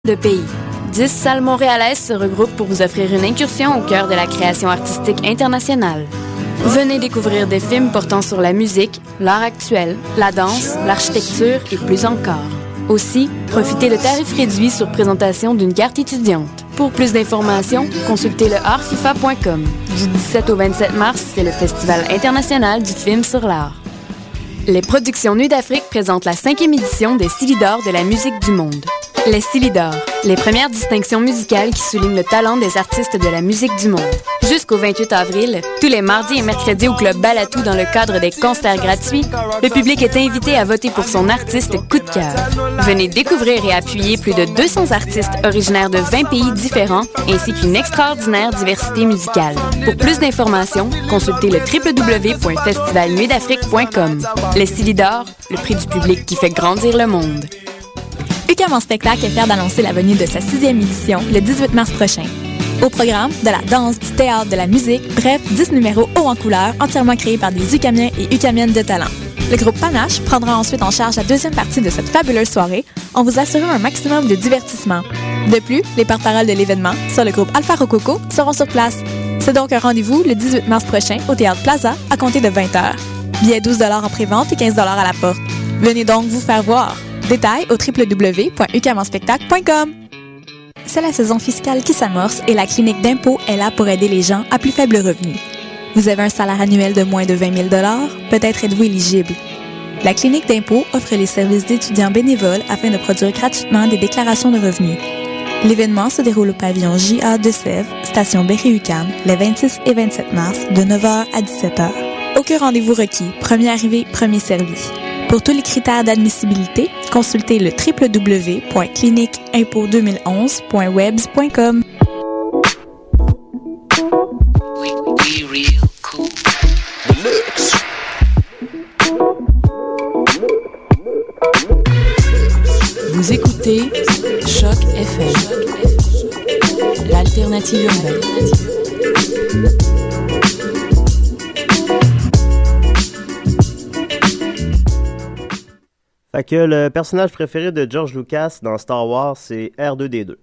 de pays. 10 salles montréalaises se regroupent pour vous offrir une incursion au cœur de la création artistique internationale. Venez découvrir des films portant sur la musique, l'art actuel, la danse, l'architecture et plus encore. Aussi, profitez de tarifs réduits sur présentation d'une carte étudiante. Pour plus d'informations, consultez le artfifa.com. Du 17 au 27 mars, c'est le Festival international du film sur l'art. Les Productions Nuit d'Afrique présentent la 5e édition des Silidor de la musique du monde. Les Silidor, les premières distinctions musicales qui soulignent le talent des artistes de la musique du monde. Jusqu'au 28 avril, tous les mardis et mercredis au Club Balatou dans le cadre des concerts gratuits, le public est invité à voter pour son artiste coup de cœur. Venez découvrir et appuyer plus de 200 artistes originaires de 20 pays différents, ainsi qu'une extraordinaire diversité musicale. Pour plus d'informations, consultez le www.festivalnuitdafrique.com. Les Silidor, le prix du public qui fait grandir le monde. UQAM en spectacle est fier d'annoncer la venue de sa 6e édition le 18 mars prochain. Au programme, de la danse, du théâtre, de la musique, bref, 10 numéros hauts en couleur entièrement créés par des UQAMiens et UQAMiennes de talent. Le groupe Panache prendra ensuite en charge la deuxième partie de cette fabuleuse soirée en vous assurant un maximum de divertissement. De plus, les porte-paroles de l'événement, sur le groupe Alpha Rococo, seront sur place. C'est donc un rendez-vous le 18 mars prochain au Théâtre Plaza à compter de 20h. Billets 12 $ en pré-vente et 15 $ à la porte. Venez donc vous faire voir. Détails au www.uqamonspectacle.com. C'est la saison fiscale qui s'amorce et la clinique d'impôt est là pour aider les gens à plus faible revenu. Vous avez un salaire annuel de moins de 20 000 $? Peut-être êtes-vous éligible. La clinique d'impôt offre les services d'étudiants bénévoles afin de produire gratuitement des déclarations de revenus. L'événement se déroule au pavillon J.A. de Sèvres, station Berry-UQAM, les 26 et 27 mars, de 9h à 17h. Aucun rendez-vous requis, premier arrivé, premier servi. Pour tous les critères d'admissibilité, consultez le www.cliniqueimpôt2011.webs.com. Vous écoutez Choc FM, l'alternative urbaine. Fait que le personnage préféré de George Lucas dans Star Wars, c'est R2-D2.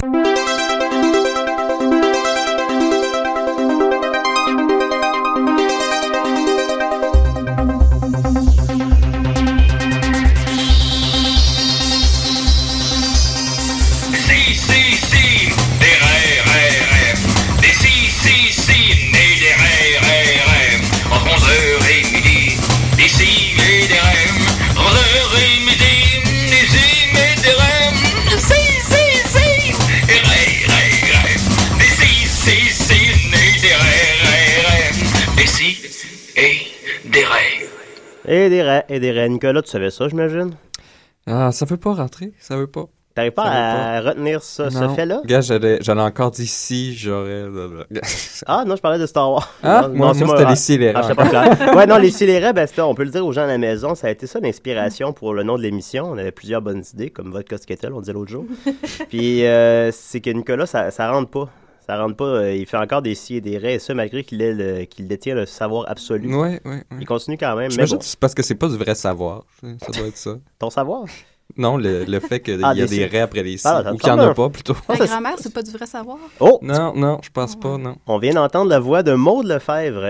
Et des raies. Nicolas, tu savais ça, j'imagine? Ah, ça veut pas rentrer, ça veut pas. T'arrives pas à retenir ce fait-là? Gars, j'en ai encore dit si, j'aurais... Ah, non, je parlais de Star Wars. Ah, non, moi c'était les scélérats. Ah, pas clair. Ouais, non, les scélérats, ben, on peut le dire aux gens à la maison, ça a été ça l'inspiration pour le nom de l'émission. On avait plusieurs bonnes idées, comme Vodka Skettle, on disait l'autre jour. Puis, c'est que Nicolas, ça rentre pas. Ça rentre pas. Il fait encore des si et des raies, et ça, malgré qu'il détient le savoir absolu. Ouais. Il continue quand même. J'imagine que c'est parce que c'est pas du vrai savoir. Ça doit être ça. Ton savoir? Non, le fait qu'il y a des raies après les si. Ou qu'il y en a pas, plutôt. La grand-mère, c'est pas du vrai savoir? Oh! Non, je pense pas, non. On vient d'entendre la voix de Maude Lefebvre,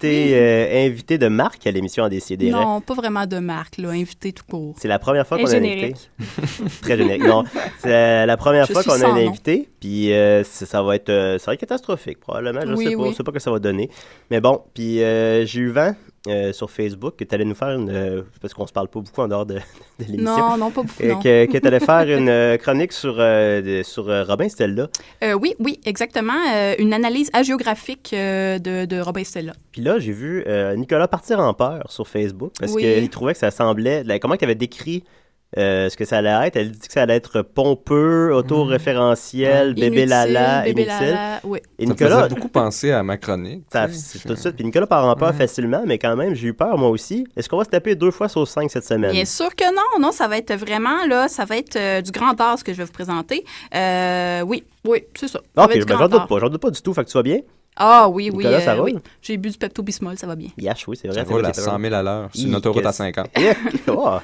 invité de Marc à l'émission Décideret. Non, pas vraiment de Marc, là, invité tout court. C'est la première fois qu'on a invité. Très générique. Non, c'est la première fois qu'on a un invité, puis ça va être catastrophique, probablement. Je sais pas ce que ça va donner. Mais bon, puis j'ai eu vent sur Facebook que tu allais nous faire une... parce qu'on se parle pas beaucoup en dehors de l'émission. Non, pas beaucoup, non. Que tu allais faire une chronique sur Robin Stella. Oui, exactement. Une analyse hagiographique de Robin Stella. Puis là, j'ai vu Nicolas partir en peur sur Facebook parce qu'il trouvait que ça semblait... Comment tu avais décrit ce que ça allait être? Elle dit que ça allait être pompeux, autoréférentiel, bébé lala, inutile. Oui. Et ça Nicolas, faisait beaucoup penser à ma chronique. C'est tout de suite. Puis Nicolas part en peur facilement, mais quand même, j'ai eu peur moi aussi. Est-ce qu'on va se taper 2 fois sur 5 cette semaine? Bien sûr que non. Non, ça va être vraiment, là, ça va être du grand art ce que je vais vous présenter. Oui, c'est ça. OK, j'en doute pas du tout. Fait que tu vas bien? Ah oui, Nicolas, ça roule? Oui. J'ai bu du Pepto-Bismol, ça va bien. Yash, oui, c'est vrai. Ça roule à 100 000 à l'heure sur une autoroute à 50.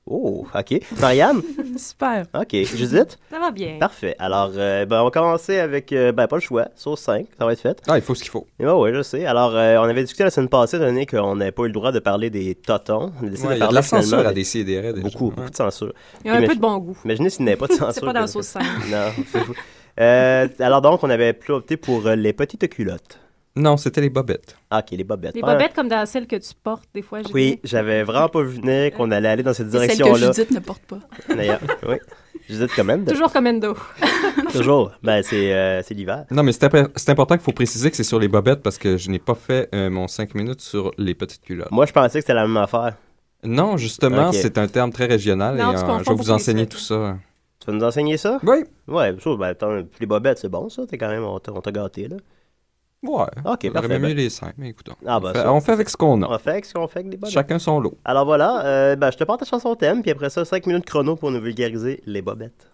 Oh, OK. Marianne? Super. OK. Judith? Ça va bien. Parfait. Alors, on va commencer avec, pas le choix, sauce 5, ça va être fait. Ah, il faut ce qu'il faut. Oui, je sais. Alors, on avait discuté la semaine passée, donné qu'on n'avait pas eu le droit de parler des totons. Il y a de la censure à décider. Beaucoup de censure. Il y a un peu de bon goût. Imaginez s'il n'y avait pas de censure. C'est pas dans la sauce 5. Non, c'est fou. Alors donc, on avait plus opté pour les petites culottes. Non, c'était les bobettes. Ah, OK, les bobettes. Les bobettes comme dans celles que tu portes, des fois. Oui, j'avais vraiment pas vu venir qu'on allait aller dans cette direction-là. Celle que Judith ne porte pas. D'ailleurs, oui. Judith Commando. Toujours Commando. Toujours. Ben, c'est l'hiver. Non, mais c'est important qu'il faut préciser que c'est sur les bobettes parce que je n'ai pas fait mon 5 minutes sur les petites culottes. Moi, je pensais que c'était la même affaire. Non, justement, c'est un terme très régional non, et je vais vous enseigner tout ça. Tu vas nous enseigner ça? Oui. Ouais, attends, les bobettes, c'est bon, ça. T'es quand même, on t'a gâté, là. Ouais. OK, parfait. J'aurais mieux les 5, mais écoutons. On fait avec ce qu'on a. On fait avec ce qu'on fait avec les bobettes. Chacun son lot. Alors voilà, je te porte ta chanson thème, puis après ça, 5 minutes chrono pour nous vulgariser les bobettes.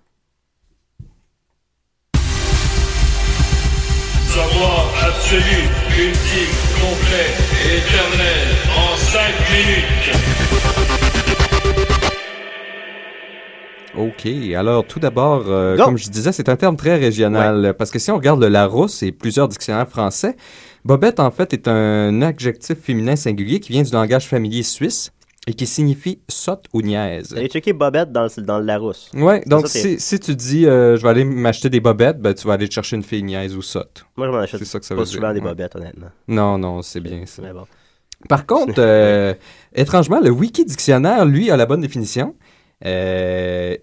Savoir absolu, ultime, complet et éternel en 5 minutes. OK. Alors, tout d'abord, comme je disais, c'est un terme très régional. Parce que si on regarde le Larousse et plusieurs dictionnaires français, bobette, en fait, est un adjectif féminin singulier qui vient du langage familier suisse et qui signifie sotte ou niaise. Allez checker bobette dans le Larousse. Oui, donc si tu dis je vais aller m'acheter des bobettes, ben, tu vas aller te chercher une fille niaise ou sotte. Moi, je m'en achète pas souvent des bobettes, honnêtement. Non, c'est bien ça. Mais bon. Par contre, étrangement, le Wiki Dictionnaire, lui, a la bonne définition. Et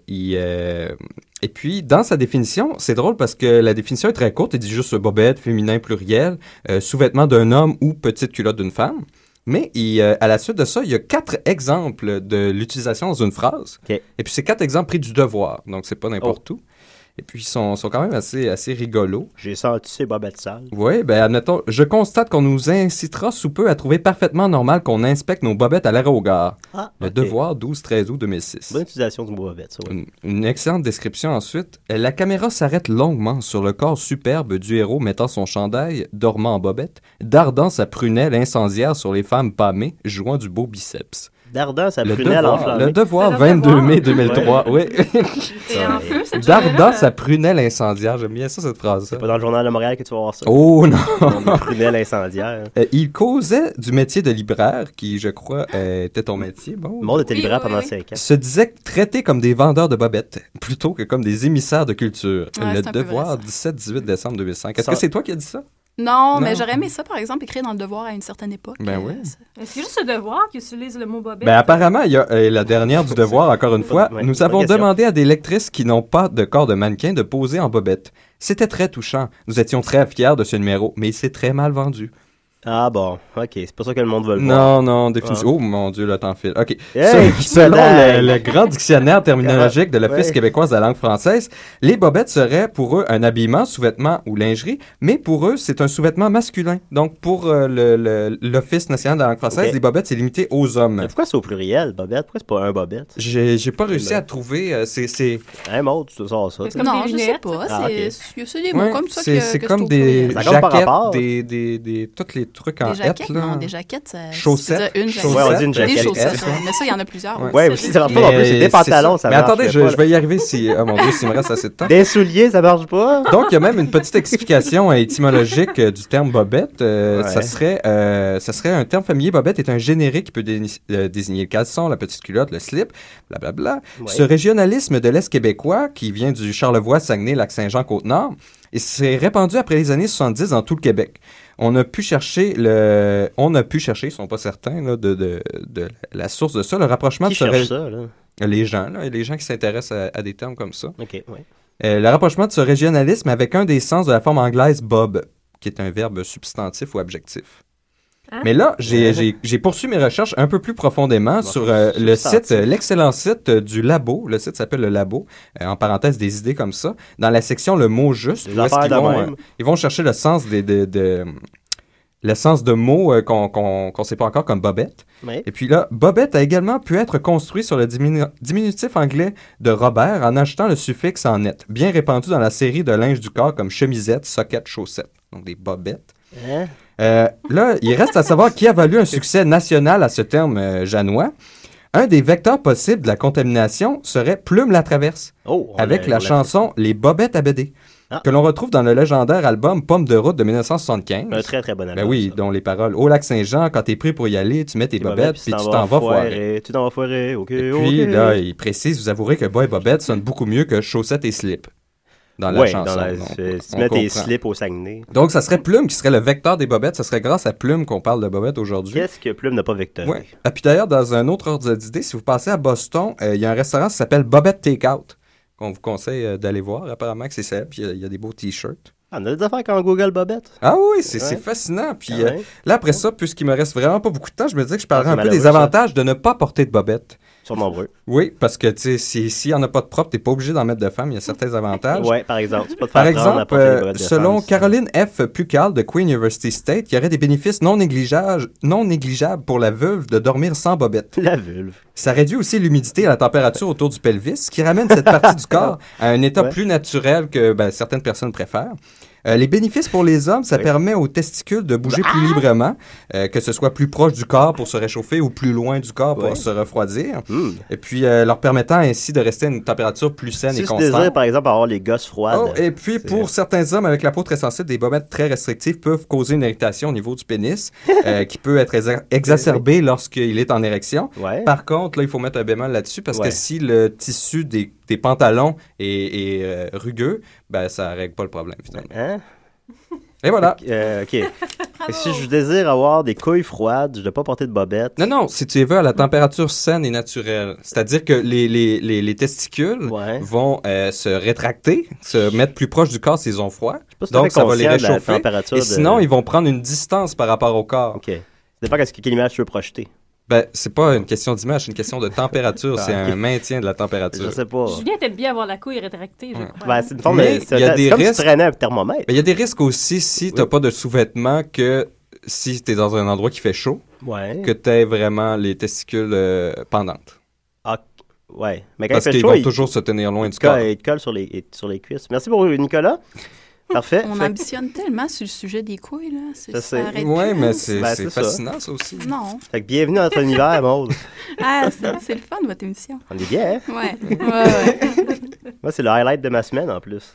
puis, dans sa définition, c'est drôle parce que la définition est très courte. Il dit juste bobette, féminin pluriel, sous-vêtement d'un homme ou petite culotte d'une femme. Mais à la suite de ça, il y a 4 exemples de l'utilisation dans une phrase. Okay. Et puis, c'est 4 exemples pris du Devoir. Donc, c'est pas n'importe où. Et puis, ils sont quand même assez rigolos. J'ai senti ces bobettes sales. Oui, ben admettons, je constate qu'on nous incitera sous peu à trouver parfaitement normal qu'on inspecte nos bobettes à l'aérogare. Le Devoir, 12-13 août 2006. Bonne utilisation du bobette, ça, oui. Une excellente description ensuite. La caméra s'arrête longuement sur le corps superbe du héros mettant son chandail, dormant en bobette, dardant sa prunelle incendiaire sur les femmes pâmées, jouant du beau biceps. Dardant sa prunelle enflammée. Le Devoir, 22 mai 2003, oui. Dardant sa prunelle incendiaire. J'aime bien ça, cette phrase. C'est pas dans le Journal de Montréal que tu vas voir ça. Oh non! Prunelle incendiaire. Il causait du métier de libraire, qui, je crois, était ton métier. Bon. Le monde était libraire pendant 5 ans. Se disait traités comme des vendeurs de bobettes, plutôt que comme des émissaires de culture. Ouais, le Devoir, 17-18 décembre 2005. Est-ce que c'est toi qui as dit ça? Non, mais j'aurais aimé ça, par exemple, écrire dans le Devoir à une certaine époque. Ben oui. Est-ce que c'est juste le Devoir qui utilise le mot bobette? Ben apparemment, il y a la dernière du Devoir, encore une fois. Ouais, nous avons demandé à des lectrices qui n'ont pas de corps de mannequin de poser en bobette. C'était très touchant. Nous étions très fiers de ce numéro, mais il s'est très mal vendu. Ah bon, OK. C'est pas ça que le monde veut le voir. Non, définitivement. Oh mon Dieu, le temps file. OK. Hey, Selon le grand dictionnaire terminologique de l'Office québécoise de la langue française, les bobettes seraient pour eux un habillement, sous-vêtement ou lingerie, mais pour eux, c'est un sous-vêtement masculin. Donc, pour l'Office national de la langue française, les bobettes, c'est limité aux hommes. Mais pourquoi c'est au pluriel, bobette? Pourquoi c'est pas un bobette? J'ai pas réussi à trouver... c'est... Un mot, tu sors ça. Non, je sais pas. C'est des mots comme ça que c'est comme des jaquettes, des toutes les trucs en jaquettes, là. Non, des jaquettes, ça... Chaussettes. Une jaquette. Ouais, on dit une jaquette. Des chaussettes, mais ça, il y en a plusieurs. Ouais, aussi, c'est en plus, c'est des pantalons, ça marche. Mais attendez, je vais y arriver si... Oh mon Dieu, s'il me reste assez de temps. Des souliers, ça marche pas? Donc, il y a même une petite explication étymologique du terme bobette. Ça serait un terme familier. Bobette est un générique qui peut désigner le caleçon, la petite culotte, le slip, blablabla. Ouais. Ce régionalisme de l'Est québécois, qui vient du Charlevoix, Saguenay, Lac-Saint-Jean, Côte-Nord, et s'est répandu après les années 70 dans tout le Québec. On a pu chercher, ils ne sont pas certains là, de la source de ça, le rapprochement qui cherche ça, là? Les gens qui s'intéressent à des termes comme ça. OK, oui. Le rapprochement de ce régionalisme avec un des sens de la forme anglaise bob, qui est un verbe substantif ou adjectif. Mais là, j'ai poursuivi mes recherches un peu plus profondément sur le site, l'excellent site du Labo. Le site s'appelle le Labo, en parenthèse des idées comme ça. Dans la section le mot juste, ils vont chercher le sens le sens de mots qu'on ne sait pas encore, comme bobette. Oui. Et puis là, bobette a également pu être construit sur le diminutif anglais de Robert en ajoutant le suffixe en net, bien répandu dans la série de linge du corps comme chemisette, socket, chaussette. Donc des bobettes. Là, il reste à savoir qui a valu un succès national à ce terme janois. Un des vecteurs possibles de la contamination serait Plume la traverse, avec la chanson « Les bobettes à BD ». Que l'on retrouve dans le légendaire album Pomme de route de 1975. Un très, très bon album. Ben oui, ça. Dont les paroles « Au lac Saint-Jean, quand t'es prêt pour y aller, tu mets tes bobettes, puis tu t'en vas foirer. » Tu t'en vas foirer, OK, Et puis, là, il précise, vous avouerez que Boy Bobette sonne beaucoup mieux que Chaussettes et Slip dans la chanson. Tu mets tes slips au Saguenay. Donc, ça serait Plume qui serait le vecteur des bobettes. Ça serait grâce à Plume qu'on parle de bobettes aujourd'hui. Qu'est-ce que Plume n'a pas vectoré? Ouais. Et puis d'ailleurs, dans un autre ordre d'idée, si vous passez à Boston, il y a un restaurant qui s'appelle Bobette Takeout, qu'on vous conseille d'aller voir. Apparemment que c'est ça. Puis il y a des beaux T-shirts. On a des affaires quand on Google Bobette. Ah oui, c'est fascinant. Puis là, après ça, puisqu'il me reste vraiment pas beaucoup de temps, je me disais que je parlerais un peu des avantages de ne pas porter de bobette. Ils sont nombreux. Oui, parce que, tu sais, s'il n'y en a pas de propre, tu n'es pas obligé d'en mettre de femme. Il y a certains avantages. Oui, par exemple. Tu peux te par faire exemple, selon Caroline F. Pucal de Queen University State, il y aurait des bénéfices non négligeables pour la vulve de dormir sans bobette. La vulve. Ça réduit aussi l'humidité et la température autour du pelvis, ce qui ramène cette partie du corps à un état plus naturel que certaines personnes préfèrent. Les bénéfices pour les hommes, ça permet aux testicules de bouger plus librement, que ce soit plus proche du corps pour se réchauffer ou plus loin du corps pour se refroidir. Et puis, leur permettant ainsi de rester à une température plus saine et constante. Si tu désires, par exemple, avoir les gosses froides. Et puis, pour certains hommes avec la peau très sensible, des bobettes très restrictives peuvent causer une irritation au niveau du pénis, qui peut être exacerbée lorsqu'il est en érection. Par contre, là, il faut mettre un bémol là-dessus, parce que si le tissu des pantalons est rugueux, ça ne règle pas le problème, finalement. Hein? Et voilà. OK. Et si je désire avoir des couilles froides, je ne dois pas porter de bobette. Non, si tu veux à la température saine et naturelle. C'est-à-dire que les testicules vont se rétracter, se mettre plus proche du corps s'ils ont froid. Donc, ça va les réchauffer. Et sinon, ils vont prendre une distance par rapport au corps. OK. Ça dépend de quelle image tu veux projeter. C'est pas une question d'image, c'est une question de température. C'est un maintien de la température. Je sais pas. Julien t'aime bien avoir la couille rétractée, je crois. C'est une forme de... C'est comme si tu traînais un thermomètre. Il y a des risques aussi si t'as pas de sous-vêtements que si t'es dans un endroit qui fait chaud, que t'aies vraiment les testicules pendantes. Ouais. Mais quand parce il fait qu'ils chaud, vont toujours se tenir loin du corps. Il te colle sur les cuisses. Merci beaucoup, Nicolas. Parfait. On ambitionne tellement sur le sujet des couilles, là. Ça oui, mais c'est fascinant, ça aussi. Non. Fait que bienvenue dans notre univers, Maude. C'est le fun, votre émission. On est bien, hein? Ouais. Moi, c'est le highlight de ma semaine, en plus.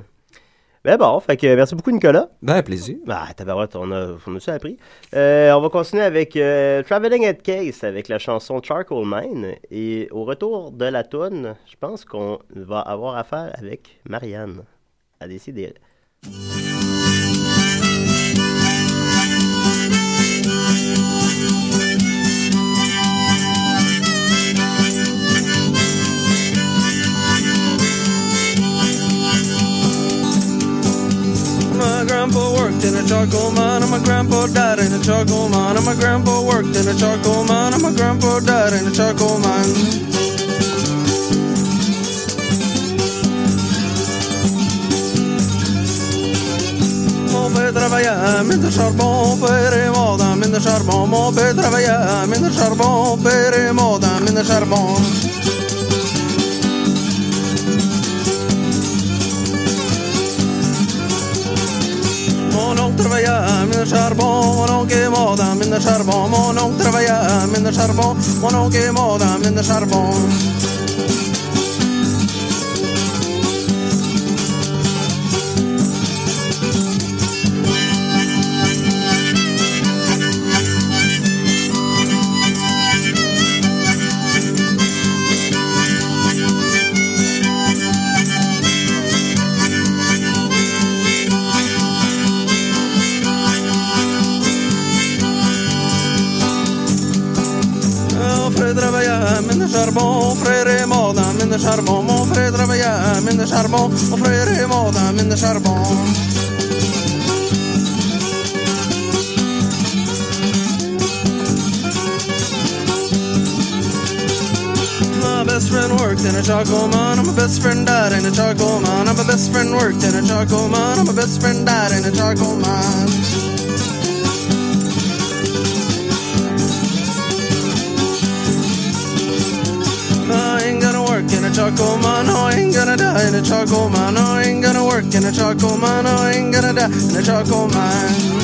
Mais bon, fait que merci beaucoup, Nicolas. Plaisir. Tabarouette, on a ça appris. On va continuer avec Traveling at Case, avec la chanson Charcoal Mine. Et au retour de la toune, je pense qu'on va avoir affaire avec Marianne. À décider. My grandpa worked in a charcoal mine, and my grandpa died in a charcoal mine, and my grandpa worked in a charcoal mine, and my grandpa died in a charcoal mine. Mon père travaillait à mine de charbon, père est mort dans mine de charbon. Mon père travaillait à mine de charbon, père est mort dans mine de charbon. Mon oncle travaillait à mine de charbon, mon oncle est mort dans mine de charbon. Mon oncle travaillait à mine de charbon, mon oncle est mort dans mine de charbon. Charbon, frère est mort dans mine de charbon. Mon frère travaillait à mine de charbon. Mon frère est mort dans mine de charbon. My best friend worked in a charcoal mine. My best friend died in a charcoal mine. My best friend worked in a charcoal mine. My best friend died in a charcoal mine. In a charcoal mine, no, I ain't gonna die in a charcoal mine. No, I ain't gonna work in a charcoal mine. No, I ain't gonna die in a charcoal mine.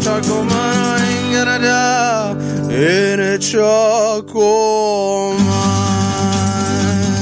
charcoal mine. I ain't got a job in a charcoal mine.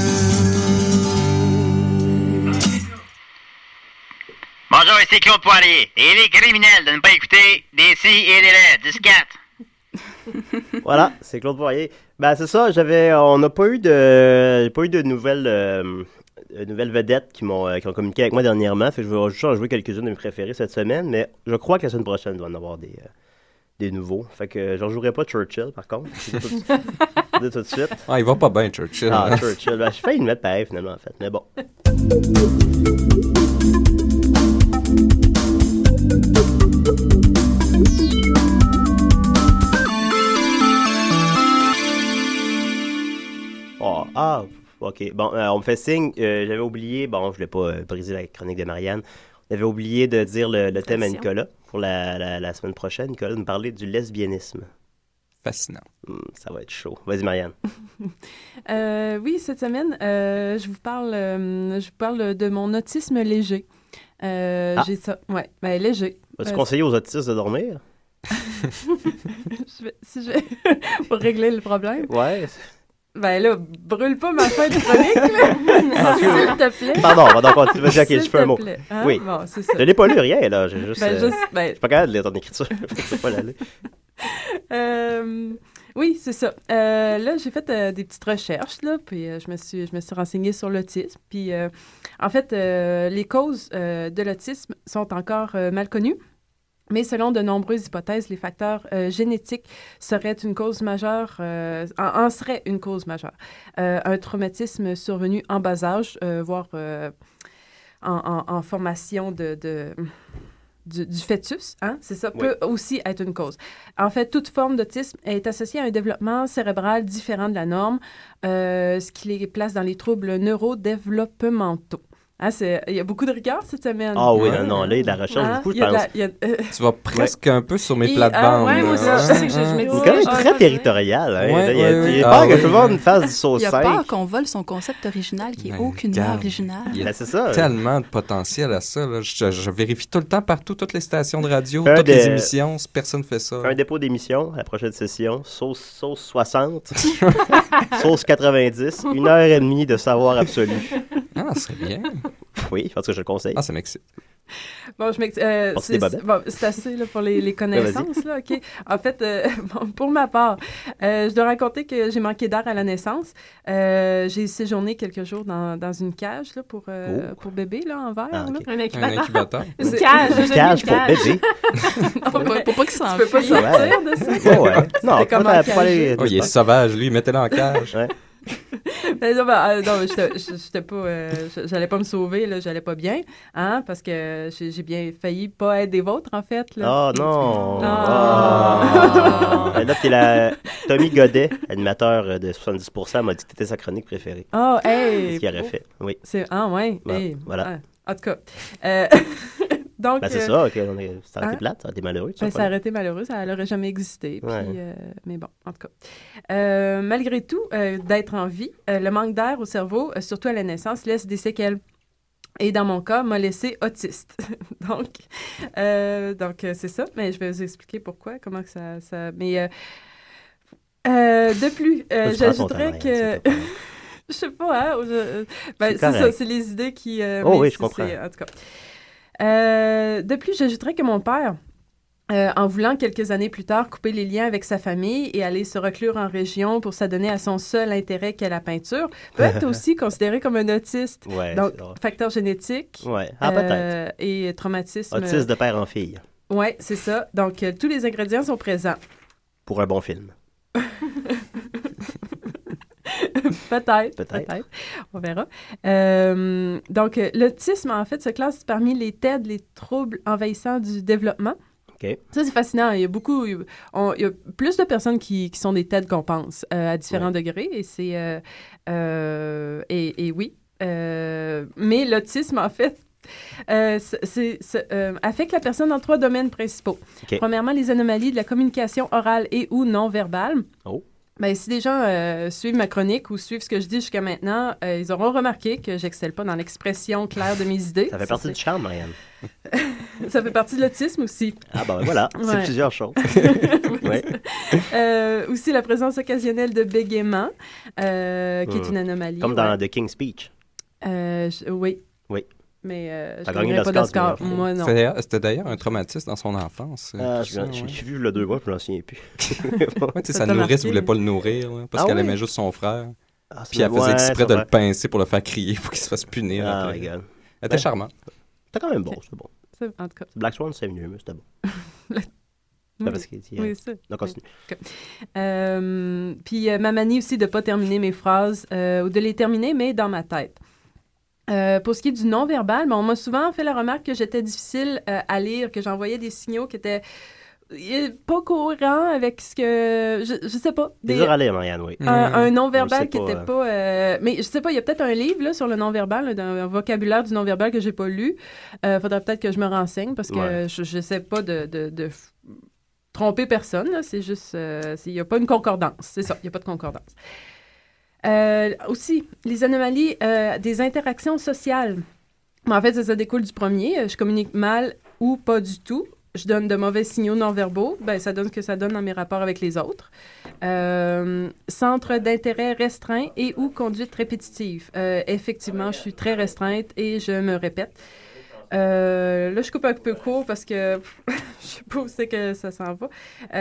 Bonjour, ici Claude Poirier. Et il est criminel de ne pas écouter des si et des lettres, du scat. Voilà, c'est Claude Poirier. Ben, c'est ça, on n'a pas eu de nouvelles vedettes qui ont communiqué avec moi dernièrement. Fait que je vais juste en jouer quelques-unes de mes préférés cette semaine, mais je crois que la semaine prochaine, il va en avoir des nouveaux. Fait que j'en jouerai pas Churchill, par contre. Je dis tout de suite. Ah, il va pas bien, Churchill. Ah, Churchill. Ben, j'ai failli le mettre pareil, finalement, en fait. Mais bon. Oh, OK. Bon, on me fait signe. J'avais oublié, je voulais pas briser la chronique de Marianne. On avait oublié de dire le thème à Nicolas pour la semaine prochaine. Nicolas nous parler du lesbianisme. Fascinant. Ça va être chaud. Vas-y, Marianne. Oui, cette semaine, je vous parle de mon autisme léger. J'ai ça. Ouais, léger. Vas-tu conseiller aux autistes de dormir? Pour régler le problème. Ouais. Ben là, brûle pas ma fin de chronique, là. S'il te plaît. Pardon, donc vas-y, OK, je fais un mot. Hein? Oui. Bon, c'est ça. Je n'ai pas lu rien, là. J'ai juste... je suis pas capable de lire ton écriture. Je peux pas la lire. Oui, c'est ça. Là, j'ai fait des petites recherches, là, puis je me suis renseignée sur l'autisme. Puis, en fait, les causes de l'autisme sont encore mal connues. Mais selon de nombreuses hypothèses, les facteurs génétiques seraient une cause majeure, en serait une cause majeure. Un traumatisme survenu en bas âge, voire en formation du fœtus, hein? C'est ça, peut aussi être une cause. En fait, toute forme d'autisme est associée à un développement cérébral différent de la norme, ce qui les place dans les troubles neurodéveloppementaux. Ah, il y a beaucoup de rigueur cette semaine. Ah oui, non, là, il y a de la recherche beaucoup, je pense. Tu vas presque un peu sur mes plates-bandes. Oui, moi aussi, je sais que je me dis... C'est quand même très territorial. Hein? Il a peur que tout le monde fasse du sauce. Il a peur qu'on vole son concept original qui est aucunement original. Il y a c'est ça, tellement de potentiel à ça. Là. Je vérifie tout le temps partout, toutes les stations de radio, toutes les émissions, personne ne fait ça. Un dépôt d'émission à la prochaine session, sauce 60, sauce 90, 1h30 de savoir absolu. Ah, c'est bien. Oui, parce que je le conseille. Ah, ça m'excite. Bon, c'est assez là, pour les connaissances. Là, OK. En fait, pour ma part, je dois raconter que j'ai manqué d'air à la naissance. J'ai séjourné quelques jours dans une cage là, pour bébé là, en verre. Ah, okay. Un incubateur. Une cage pour bébé. Pour pas qu'il s'enfuit. Tu peux pas sortir de ça. Non, comment aller... il est sauvage, lui. Mettez-le en cage. Ouais. Non, j'étais pas, j'allais pas me sauver, là, j'allais pas bien, hein, parce que j'ai bien failli pas être des vôtres, en fait. Là. Oh non! Là, t'es la Tommy Godet, animateur de 70%, m'a dit que t'étais sa chronique préférée. Oh, hey! C'est ce qu'il aurait fait, oui. Ah, ouais? Bon, hey. voilà. En tout cas... Donc, c'est ça, okay, ça aurait été plate, ça aurait été malheureux. Ça aurait été malheureux, ça n'aurait jamais existé. Puis, mais bon, en tout cas. Malgré tout, d'être en vie, le manque d'air au cerveau, surtout à la naissance, laisse des séquelles. Et dans mon cas, m'a laissé autiste. donc, c'est ça. Mais je vais vous expliquer pourquoi, comment que ça... Mais de plus, j'ajouterais que... Je sais pas, hein? C'est ça, c'est les idées qui... oui, je comprends. En tout cas. De plus, j'ajouterais que mon père, en voulant quelques années plus tard couper les liens avec sa famille et aller se reclure en région pour s'adonner à son seul intérêt qu'est la peinture, peut être aussi considéré comme un autiste. Ouais, donc, facteur génétique peut-être. Et traumatisme. Autisme de père en fille. Oui, c'est ça. Donc, tous les ingrédients sont présents. Pour un bon film. Peut-être. On verra. Donc, l'autisme, en fait, se classe parmi les TED, les troubles envahissants du développement. Okay. Ça, c'est fascinant. Il y a plus de personnes qui sont des TED qu'on pense, à différents degrés. Et c'est... et oui. Mais l'autisme, en fait, affecte la personne dans 3 domaines principaux. Okay. Premièrement, les anomalies de la communication orale et ou non-verbale. Oh. Ben, si des gens suivent ma chronique ou suivent ce que je dis jusqu'à maintenant, ils auront remarqué que j'excelle pas dans l'expression claire de mes idées. Ça fait partie du charme, Marianne. Ça fait partie de l'autisme aussi. Ah ben voilà, c'est plusieurs choses. Aussi la présence occasionnelle de bégaiement, qui est une anomalie. Comme dans The King's Speech. Oui. Oui. Mais je ne pas d'Oscar. Moi, non. C'était d'ailleurs un traumatisme dans son enfance. J'ai vu le 2 mois, je m'en souviens plus. Sa nourrice ne voulait pas le nourrir parce qu'elle aimait juste son frère. Puis elle faisait exprès de le pincer pour le faire crier pour qu'il se fasse punir. Elle était charmante. C'était quand même bon, c'est bon. En tout cas. Black Swan, c'est mieux, mais c'était bon. Parce qu'il dit, oui, ça. Donc, continue. Puis ma manie aussi de ne pas terminer mes phrases ou de les terminer, mais dans ma tête. Pour ce qui est du non-verbal, on m'a souvent fait la remarque que j'étais difficile à lire, que j'envoyais des signaux qui étaient pas cohérents avec ce que... Je sais pas. C'est dur à lire, Marianne, oui. Un non-verbal qui était pas... mais je sais pas, il y a peut-être un livre là, sur le non-verbal, un vocabulaire du non-verbal que j'ai pas lu. Faudrait peut-être que je me renseigne parce que je sais pas de tromper personne. Là. C'est juste... il n'y a pas une concordance. C'est ça, il n'y a pas de concordance. Aussi, les anomalies des interactions sociales. En fait, ça découle du premier. Je communique mal ou pas du tout. Je donne de mauvais signaux non-verbaux. Ça donne ce que ça donne dans mes rapports avec les autres. Centre d'intérêt restreint et ou conduite répétitive. Effectivement, je suis très restreinte et je me répète. Là, je coupe un peu court parce que je sais pas où c'est que ça s'en va.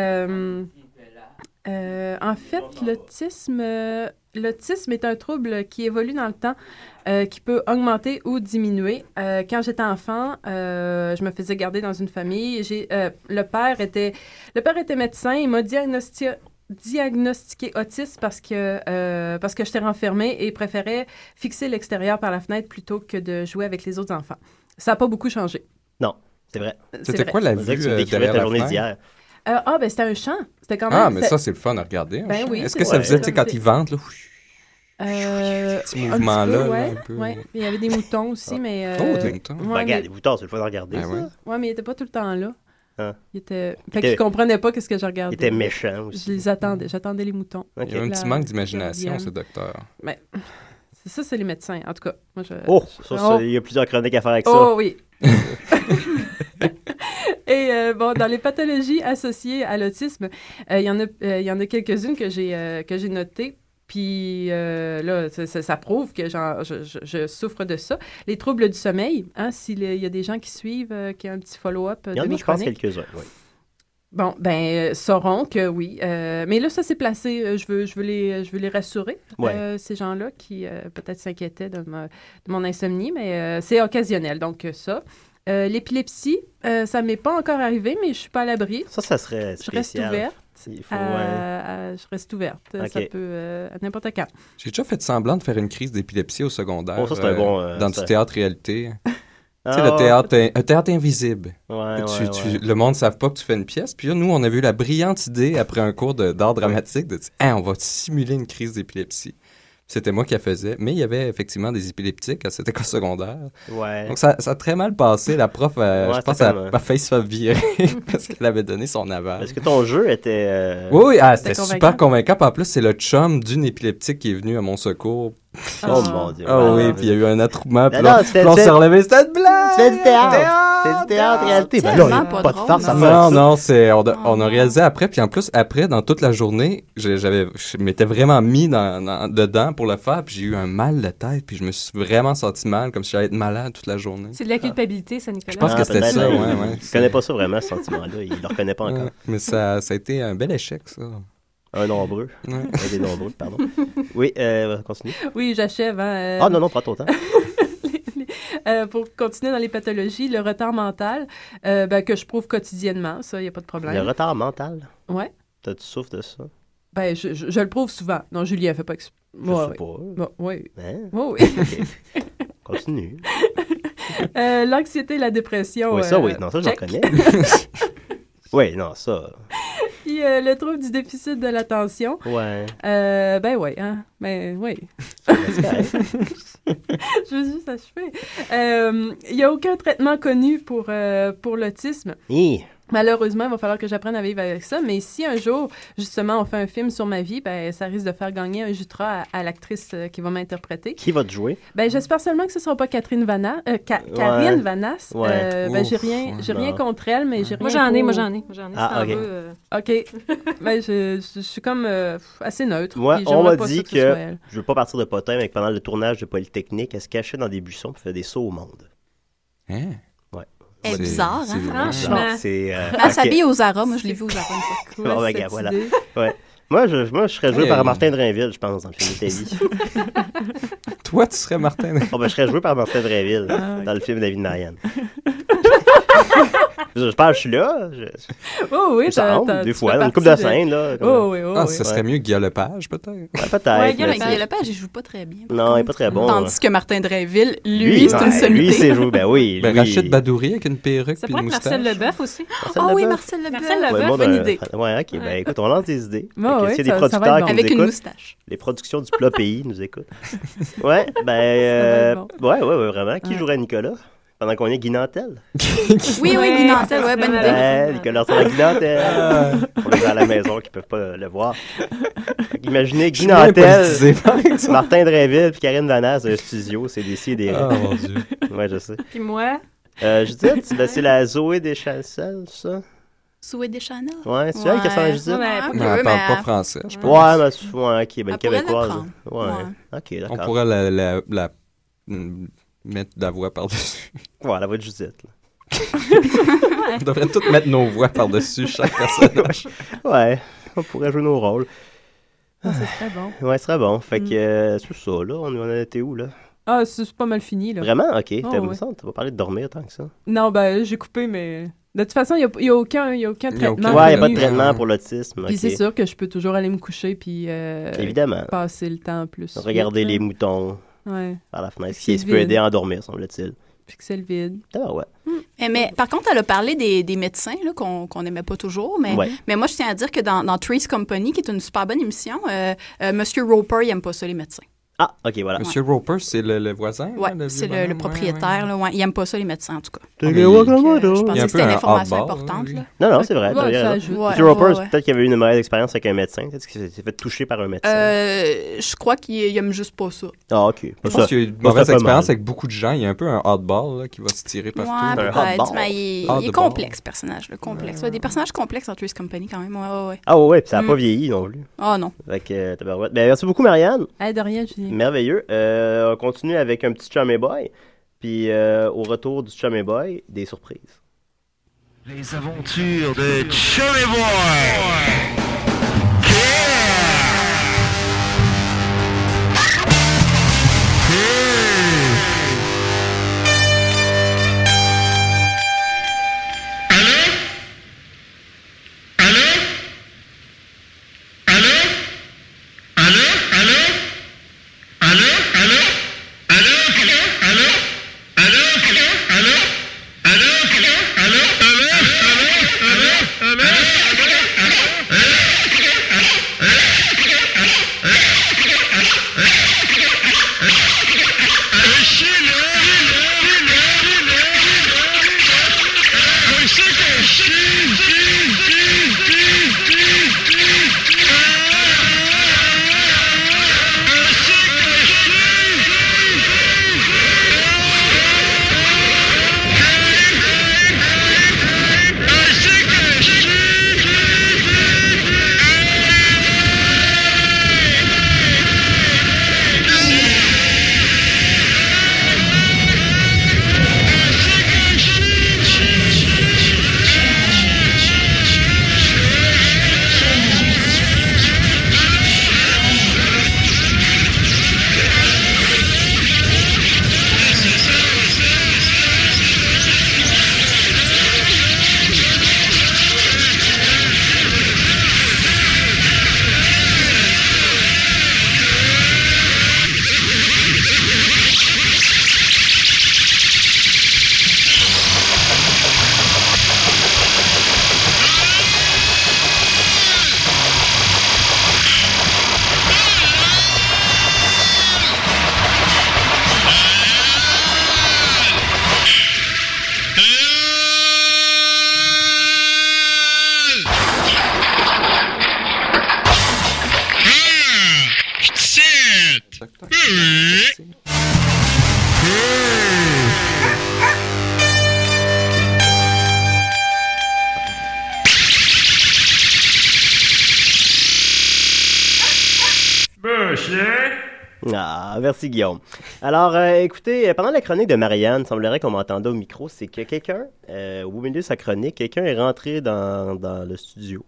En fait, l'autisme est un trouble qui évolue dans le temps, qui peut augmenter ou diminuer. Quand j'étais enfant, je me faisais garder dans une famille. Le père était médecin. Il m'a diagnostiqué autiste parce que j'étais renfermée et préférais fixer l'extérieur par la fenêtre plutôt que de jouer avec les autres enfants. Ça n'a pas beaucoup changé. Non, c'est vrai. C'était quoi la vue derrière la journée fenêtre? d'hier? C'était un chant. C'était quand même... Ah, mais ça, c'est le fun à regarder. Oui, est-ce que ça faisait, tu sais, quand ils ventent, là, petit mouvement-là, un peu. Il y avait des moutons aussi, mais... des moutons. Regarde, des moutons, c'est le fun à regarder, ça. Oui, mais ils n'étaient pas tout le temps là. Hein? Fait qu'ils ne comprenaient pas ce que je regardais. Ils étaient méchants aussi. Je les attendais. J'attendais les moutons. Okay. Il y a un petit manque d'imagination, ce docteur. Mais... c'est les médecins. En tout cas, moi, il y a plusieurs chroniques à faire avec ça. Oh, oui. Et dans les pathologies associées à l'autisme, il y en a quelques-unes que j'ai notées. Puis là, ça prouve que je souffre de ça. Les troubles du sommeil, s'il y a des gens qui suivent, qui ont un petit follow-up de mes chroniques. Il y en a, je pense, quelques-uns, oui. Bon, sauront que oui. Mais là, ça s'est placé. Je veux les rassurer, ces gens-là qui peut-être s'inquiétaient de mon insomnie, mais c'est occasionnel, donc ça. L'épilepsie, ça ne m'est pas encore arrivé, mais je ne suis pas à l'abri. Ça serait spécial. Je reste ouverte. Je reste ouverte. Okay. Ça peut à n'importe quand. J'ai déjà fait semblant de faire une crise d'épilepsie au secondaire. Ça, c'est un bon... dans du théâtre réalité. Tu sais, un théâtre invisible. Le monde ne savent pas que tu fais une pièce. Puis là, nous, on a eu la brillante idée, après un cours d'art dramatique, de dire on va simuler une crise d'épilepsie. C'était moi qui la faisais. Mais il y avait effectivement des épileptiques à cette école secondaire. Ouais. Donc, ça a très mal passé. La prof, je pense, elle a failli se faire virer parce qu'elle avait donné son aval. Est-ce que ton jeu était... Oui, c'était super convaincant. Puis en plus, c'est le chum d'une épileptique qui est venu à mon secours. Oh mon Dieu. Oh oui, puis il y a eu un attroupement. Puis là, on s'est relevé. C'était de blague! C'était du théâtre! C'est du théâtre réalité. Ben là, il n'y a pas de farce à faire. Non, on a réalisé après. Puis en plus, après, dans toute la journée, je m'étais vraiment mis dedans pour le faire. Puis j'ai eu un mal de tête. Puis je me suis vraiment senti mal, comme si j'allais être malade toute la journée. C'est de la culpabilité, ça, Nicolas. Je pense que c'était ça, ouais. Je connais pas ça vraiment, ce sentiment-là. Il ne le reconnaît pas encore. Mais ça a été un bel échec, ça. Un nombreux. Des nombreux, pardon. Oui, continue. Oui, j'achève. Non, prends ton temps. Pour continuer dans les pathologies, le retard mental, que je prouve quotidiennement, ça, il n'y a pas de problème. Le retard mental? Oui. Tu souffres de ça? Je le prouve souvent. Non, Julien, elle fait pas... Je sais pas. Oui. Hein? Oui. Okay. Continue. L'anxiété et la dépression. Oui, ça, oui. Non, ça, j'en connais. Oui, non, ça... Puis le trouble du déficit de l'attention. Ouais. Oui, hein. Oui. Je veux juste achever. Il n'y a aucun traitement connu pour l'autisme. Malheureusement, il va falloir que j'apprenne à vivre avec ça. Mais si un jour, justement, on fait un film sur ma vie, ben, ça risque de faire gagner un Jutra à l'actrice qui va m'interpréter. Qui va te jouer? Ben, j'espère seulement que ce ne sera pas Karine Vanasse. Ouais. Ben, j'ai rien contre elle, mais j'ai rien Moi, j'en ai. Ah, OK. OK. Ben, je suis comme assez neutre. Moi, on m'a dit que je veux pas partir de potin, mais que pendant le tournage de Polytechnique, elle se cachait dans des buissons pour faire des sauts au monde. Hein? Ouais. Elle est bizarre, hein? Franchement. Elle s'habille aux Zara. Moi, je l'ai vu aux Zara une fois. Bon, ben, voilà. Ouais. Moi, je serais joué par Martin Drainville, je pense, dans le film de ta vie. Toi, tu serais Martin Drainville? Oh, ben, je serais joué par Martin Drainville dans le film David Marianne. Je parle, je suis là. Oh oui, des fois, dans une couple de scènes, là. Ça serait mieux Guy Lepage, peut-être. Ouais, peut-être. Ouais, Guy Lepage, il joue pas très bien. Non, il est pas très bon. Tandis que Martin Drainville, lui, c'est une sommité. Lui, c'est joué, ben oui. Rachid Badouri avec une perruque et une moustache. Marcel Leboeuf aussi. Oui, Marcel Leboeuf, bonne idée. Ouais, OK, ben écoute, on lance des idées. S'il y a des producteurs qui nous avec écoutent, une moustache. Les productions du Plat Pays nous écoutent. Ouais, ben... Ouais, vraiment. Qui jouerait Nicolas? Pendant qu'on est Guy Nantel. Oui, Guy Nantel, bonne idée. Ouais, Nicolas sur la Guy Nantel. Pour les gens à la maison qui ne peuvent pas le voir. Imaginez Guy Nantel, Martin Drainville puis Karine Vanasse dans un studio, c'est des Oh mon Dieu. Ouais, je sais. Puis moi? Judith, c'est la Zoé Deschanel, ça? Zoé Deschanel? Ouais, c'est elle qui a fait la Judith? Elle parle pas français, je pense. Ouais, ok, ben québécoise. Ouais, ok, d'accord. On pourrait la mettre la voix par-dessus. Ouais, la voix de Judith, là. On devrait toutes mettre nos voix par-dessus chaque personnage. Ouais, on pourrait jouer nos rôles. Ça serait bon. Ouais, ce serait bon. Fait que c'est ça, là. On en était où, là? Ah, c'est pas mal fini, là. Vraiment? OK. T'as pas parlé de dormir tant que ça? Non, ben, j'ai coupé, mais... De toute façon, il n'y a aucun traitement. Ouais, il n'y a pas de traitement pour l'autisme. Puis c'est sûr que je peux toujours aller me coucher puis évidemment. Passer le temps plus. Regarder les moutons par la fenêtre. Ce qui peut aider à endormir, semble-t-il. Fixer le vide. Ah ouais. Mais par contre, elle a parlé des médecins là, qu'on n'aimait pas toujours. Mais moi, je tiens à dire que dans Three's Company, qui est une super bonne émission, Monsieur Roper, il n'aime pas ça, les médecins. Ah, OK, voilà. Monsieur Roper, c'est le voisin? Oui, c'est le propriétaire. Là, il n'aime pas ça, les médecins, en tout cas. Je pensais que c'était une information importante. Là. Non, c'est vrai. Monsieur Roper, peut-être qu'il avait eu une mauvaise expérience avec un médecin. Peut-être qu'il s'est fait toucher par un médecin. Je crois qu'il n'aime juste pas ça. Ah, OK. Je pense qu'il y a eu une mauvaise expérience avec beaucoup de gens. Il y a un peu un hardball là, qui va se tirer partout. Ouais, peut-être. Mais il est complexe, personnage. Complexe. Des personnages complexes dans Three's Company, quand même. Ah, ouais, puis ça n'a pas vieilli non plus. Ah, non. Merci beaucoup, Marianne. De rien, Julien. Merveilleux. On continue avec un petit Chummy Boy. Puis au retour du Chummy Boy, des surprises. Les aventures de Chummy Boy! Allô? Ah, merci Guillaume. Alors, écoutez, pendant la chronique de Marianne, il semblerait qu'on m'entendait au micro, c'est que quelqu'un, au milieu de sa chronique, quelqu'un est rentré dans le studio,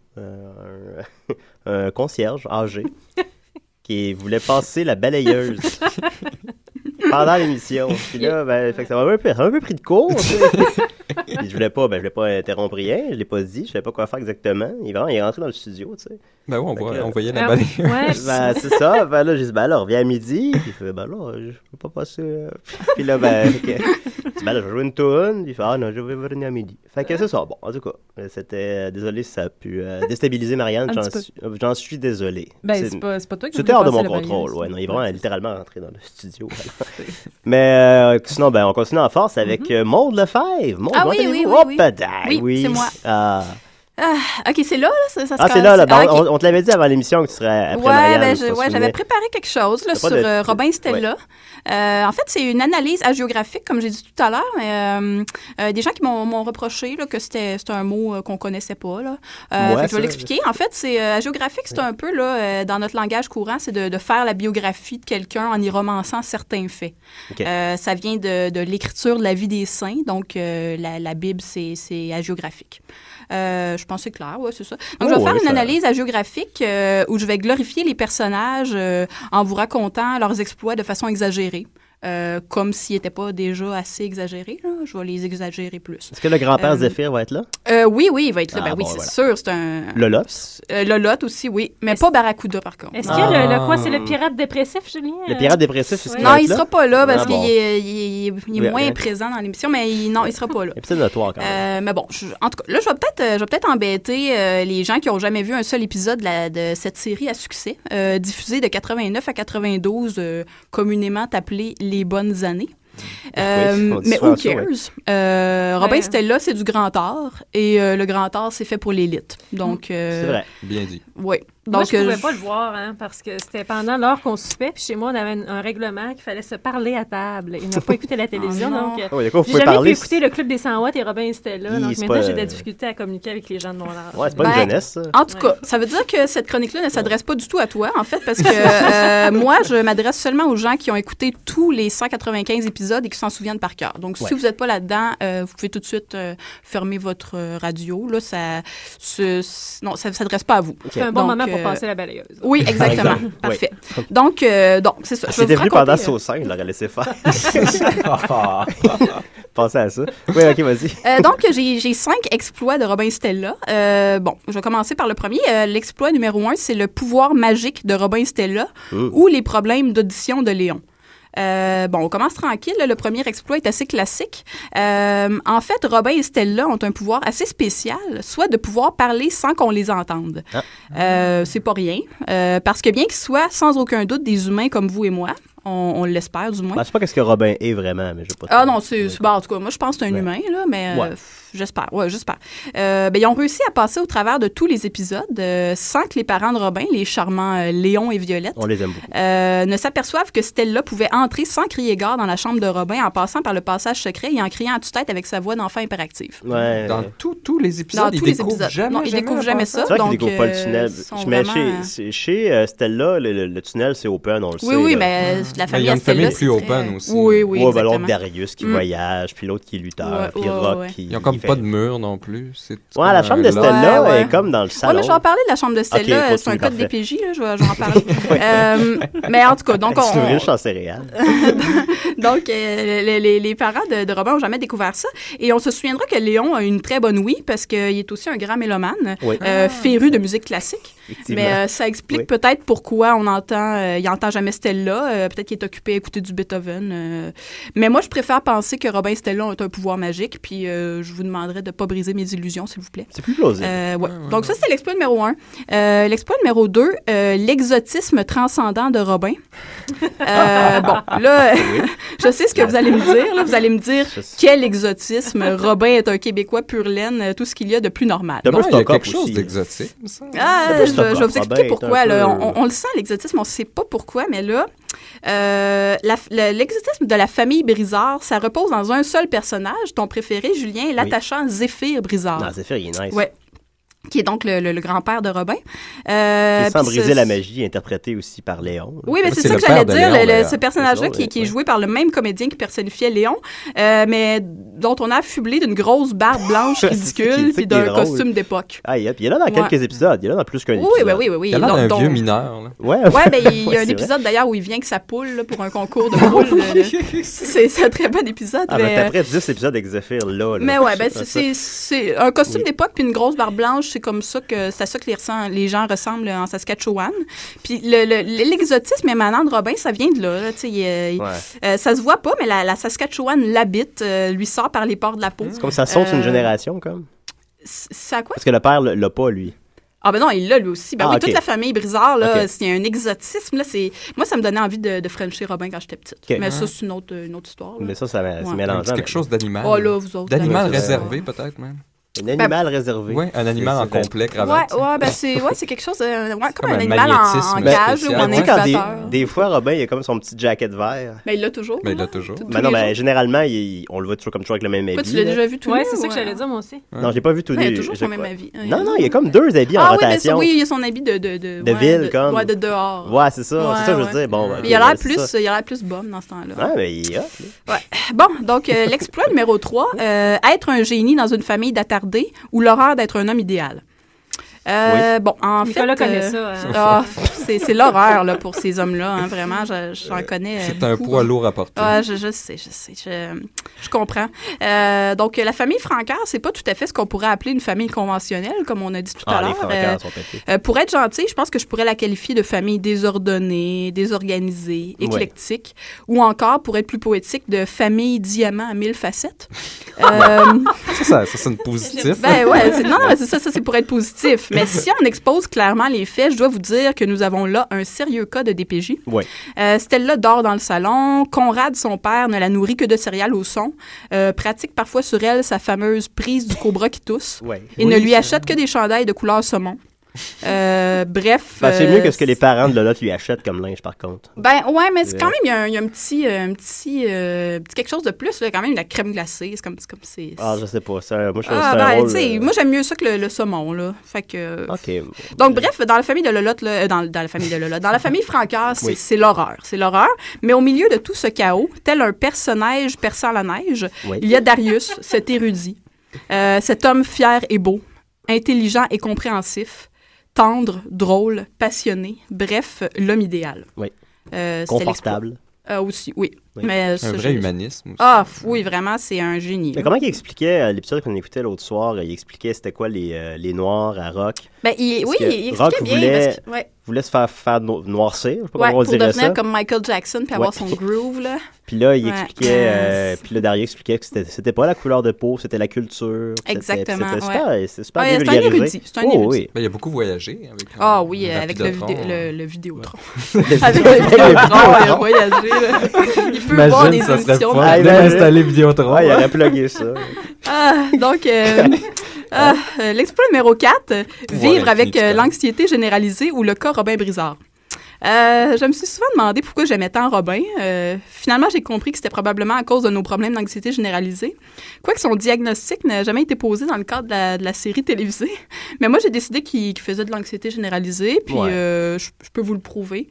un concierge âgé, qui voulait passer la balayeuse pendant l'émission. Puis là, fait que ça m'a un peu pris de court. Puis je voulais pas interrompre rien, je l'ai pas dit, je savais pas quoi faire exactement. Il est rentré dans le studio, tu sais. Ben oui, on voyait la balayeuse. Ouais. C'est ça. Ben là, j'ai dit, là, reviens à midi. Puis il fait, là, je peux pas passer. Puis là, là, je vais jouer une toune. Puis il fait, non, je vais venir à midi. Fait que c'est ça. Bon, en tout cas, c'était, désolé si ça a pu déstabiliser Marianne. J'en suis désolé. Ben, c'est pas toi qui c'était hors de mon contrôle. Ouais, non, il est vraiment littéralement rentré dans le studio. Mais sinon, on continue en force avec Maude Lefebvre. Maude, oui, c'est moi. OK, c'est là, ça se c'est là. On te l'avait dit avant l'émission que tu serais après Marianne. J'avais préparé quelque chose là, sur Robin Stella. En fait, c'est une analyse hagiographique, comme j'ai dit tout à l'heure, mais des gens qui m'ont reproché là, que c'était un mot qu'on connaissait pas. Là. Je vais l'expliquer. En fait, hagiographique, c'est un peu, là, dans notre langage courant, c'est de faire la biographie de quelqu'un en y romançant certains faits. Okay. Ça vient de l'écriture de la vie des saints, donc la Bible, c'est hagiographique. Je pense que c'est clair, c'est ça. Donc, je vais faire une analyse hagiographique où je vais glorifier les personnages en vous racontant leurs exploits de façon exagérée. Comme s'ils n'étaient pas déjà assez exagérés. Là. Je vais les exagérer plus. Est-ce que le grand-père Zéphyr va être là? Oui, il va être là. C'est sûr. C'est un... Lolotte? Lolotte aussi, oui. Mais pas Barracuda, par contre. Est-ce que quoi, c'est le pirate dépressif, Julien? Le pirate dépressif, est-ce qu'il va Non, être il là? Sera pas là parce qu'il est moins présent dans l'émission, mais il sera pas là. Et c'est notoire quand même. Mais bon, en tout cas, là, je vais peut-être embêter les gens qui n'ont jamais vu un seul épisode de cette série à succès, diffusée de 89 à 92, communément appelée Les Bonnes Années. Mais who cares? Robin Stella, c'est du grand art et le grand art, c'est fait pour l'élite. Donc, c'est vrai. Bien dit. Oui. Donc, moi, je ne pouvais pas le voir, parce que c'était pendant l'heure qu'on soupait, puis chez moi, on avait un règlement qu'il fallait se parler à table. Il n'a pas écouté la télévision, donc j'ai jamais pu écouter le Club des 100 watts et Robin Stella, donc maintenant, j'ai de la difficulté à communiquer avec les gens de mon âge. Ouais, c'est pas une jeunesse, ça. En tout cas, ça veut dire que cette chronique-là ne s'adresse pas du tout à toi, en fait, parce que moi, je m'adresse seulement aux gens qui ont écouté tous les 195 épisodes et qui s'en souviennent par cœur. Donc, si vous n'êtes pas là-dedans, vous pouvez tout de suite fermer votre radio. Là, ça ne s'adresse pas à vous. C'est un bon moment pour passer la balayeuse. Oui, exactement. Parfait. Oui. Donc, c'est ça. C'était venu pendant Saussin, il l'aurait laissé faire. Pensez à ça. Oui, OK, vas-y. Donc, j'ai 5 exploits de Robin Stella. Je vais commencer par le premier. L'exploit numéro 1, c'est le pouvoir magique de Robin Stella ou les problèmes d'audition de Léon. On commence tranquille. Là, le premier exploit est assez classique. En fait, Robin et Stella ont un pouvoir assez spécial, soit de pouvoir parler sans qu'on les entende. C'est pas rien, parce que bien qu'ils soient sans aucun doute des humains comme vous et moi, on l'espère du moins. Je sais pas qu'est-ce que Robin est vraiment, mais je sais pas. Ah non, c'est en tout cas, moi je pense que c'est un humain, là, mais j'espère. Ils ont réussi à passer au travers de tous les épisodes sans que les parents de Robin, les charmants Léon et Violette, on les aime beaucoup, ne s'aperçoivent que Stella pouvait entrer sans crier gare dans la chambre de Robin en passant par le passage secret et en criant à tue-tête avec sa voix d'enfant hyperactive. Ouais. Dans tous les épisodes, ils découvrent jamais ça. C'est vrai qu'ils découvrent pas le tunnel. Chez Stella, le tunnel, c'est open, on le sait. Oui, mais la famille il y a une famille plus open aussi. Oui, l'autre Darius qui voyage, puis l'autre qui est lutteur, puis Rock qui... Ils n'ont comme pas de mur non plus. La chambre de Stella est comme dans le salon. Oui, mais je vais en parler de la chambre de Stella. C'est un code DPJ, là, je vais en parler. Mais en tout cas, donc c'est riche en céréales. Donc, les parents de Robin n'ont jamais découvert ça. Et on se souviendra que Léon a une très bonne ouïe parce qu'il est aussi un grand mélomane, féru de musique classique. Mais ça explique peut-être pourquoi il n'entend jamais Stella. Peut-être qu'il est occupé à écouter du Beethoven. Mais moi, je préfère penser que Robin et Stella ont un pouvoir magique. Puis je vous demanderai de ne pas briser mes illusions, s'il vous plaît. C'est plus plausible. Donc ça, c'est l'exploit numéro 1. L'exploit numéro 2, l'exotisme transcendant de Robin. Je sais ce que vous allez me dire. Là. Vous allez me dire, quel exotisme. Robin est un Québécois pur laine, tout ce qu'il y a de plus normal. Il y a quelque chose d'exotique, ça. Je vais vous expliquer pourquoi. On le sent, l'exotisme, on ne sait pas pourquoi, mais là, L'exotisme de la famille Brizard, ça repose dans un seul personnage, ton préféré, Julien, l'attachant Zéphyr Brizard. Non, Zéphyr, il est nice. Ouais. Qui est donc le grand-père de Robin. Qui sans briser la magie, interprété aussi par Léon. Oui, mais c'est ça que j'allais dire. Ce personnage-là qui est joué par le même comédien qui personnifiait Léon, mais dont on a affublé d'une grosse barbe blanche ridicule puis d'un costume d'époque. Ah, il est là dans quelques épisodes. Il est là dans plus qu'un épisode. Oui. Il a l'air d'un vieux mineur. Là. Ouais, ben, il y a un épisode d'ailleurs où il vient avec sa poule là, pour un concours de poule. C'est un très bon épisode. Ah, mais après 10 épisodes avec Zéphyr, là. Mais ouais, ben, c'est un costume d'époque puis une grosse barbe blanche. C'est comme ça que c'est à ça que les gens ressemblent en Saskatchewan. Puis l'exotisme émanant de Robin, ça vient de là. Ça se voit pas, mais la Saskatchewan l'habite, lui sort par les pores de la peau. C'est comme ça saute une génération, comme. C'est à quoi? Parce que le père l'a pas, lui. Ah ben non, il l'a lui aussi. Ben oui, toute la famille Brizard, là, c'est un exotisme. Là, moi, ça me donnait envie de frencher Robin quand j'étais petite. Mais ça, c'est une autre histoire. Là. Mais ça c'est mélangeant. C'est quelque chose d'animal. Oh là, vous autres. D'animal réservé, peut-être, même. Un animal réservé. Oui, un animal en complet, cravate. C'est quelque chose comme un animal en cage ou en incubateur. Des fois, Robin, il a comme son petit jacket vert. Mais il l'a toujours. Généralement, on le voit toujours avec le même habit. Tu l'as déjà vu tout le temps? Oui, c'est ça que j'allais dire, moi aussi. Non, je l'ai pas vu tout nu. Il a toujours son même habit. Non, il y a comme 2 habits en rotation. Oui, il y a son habit de ville, comme. Ouais, de dehors. Ouais, c'est ça. C'est ça, je veux dire. Bon, il a l'air plus bum dans ce temps-là. Ouais, mais il est hot. Ouais. Bon, donc, l'exploit numéro 3, être un génie dans une famille d'attardés ou l'horreur d'être un homme idéal. Bon, en Nicolas fait... connaît ça. C'est l'horreur là, pour ces hommes-là, hein, vraiment, j'en connais C'est beaucoup, un poids lourd à porter. Je sais, je comprends. Donc, la famille Francard, c'est pas tout à fait ce qu'on pourrait appeler une famille conventionnelle, comme on a dit tout à l'heure. Les Francard sont pétés. Pour être gentil, je pense que je pourrais la qualifier de famille désordonnée, désorganisée, éclectique, ou encore, pour être plus poétique, de famille diamant à 1000 facettes. Ça sonne positif. Ben ouais, c'est ça, c'est pour être positif. Mais si on expose clairement les faits, je dois vous dire que nous avons là un sérieux cas de DPJ. Oui. Stella dort dans le salon. Conrad, son père, ne la nourrit que de céréales au son. Pratique parfois sur elle sa fameuse prise du cobra qui tousse. Et ne lui achète que des chandails de couleur saumon. Bref. C'est mieux que ce que les parents de Lolotte lui achètent comme linge, par contre. Ben ouais, mais c'est quand même, il y a un petit quelque chose de plus, là, quand même, la crème glacée. C'est comme c'est. Ah, je sais pas. Moi, je trouve c'est un rôle, moi, j'aime mieux ça que le saumon, là. Fait que. OK. Donc, bref, dans la famille de Lolotte, dans la famille de Lolotte, dans la famille Francard, c'est l'horreur. C'est l'horreur. Mais au milieu de tout ce chaos, tel un perce-neige perçant la neige, il y a Darius, cet érudit. Cet homme fier et beau, intelligent et compréhensif. Tendre, drôle, passionné, bref, l'homme idéal. Oui. Confortable. Aussi, oui. Mais un vrai humanisme aussi. Ah, oui, vraiment, c'est un génie. Mais comment il expliquait, l'épisode qu'on écoutait l'autre soir, il expliquait c'était quoi les Noirs à Rock? Ben, il expliquait Rock bien. Voulait se faire noircir, je sais pas comment on pour dirait ça. Pour devenir comme Michael Jackson puis avoir son groove, là. Puis là, il expliquait, puis là, Dario expliquait que c'était pas la couleur de peau, c'était la culture. Exactement, c'était super bien vulgarisé. C'est un érudit. Oui. Ben, il a beaucoup voyagé. Avec le Vidéotron. Avec le Vidéotron, il a voyagé, là. Il peut voir des émissions. D'installer Vidéotron. Il aurait plugué ça. Donc... l'exploit numéro 4, vivre avec l'anxiété généralisée ou le cas Robin Brizard. Je me suis souvent demandé pourquoi j'aimais tant Robin. Finalement, j'ai compris que c'était probablement à cause de nos problèmes d'anxiété généralisée. Quoique son diagnostic n'a jamais été posé dans le cadre de la série télévisée. Mais moi, j'ai décidé qu'il faisait de l'anxiété généralisée, puis je peux vous le prouver.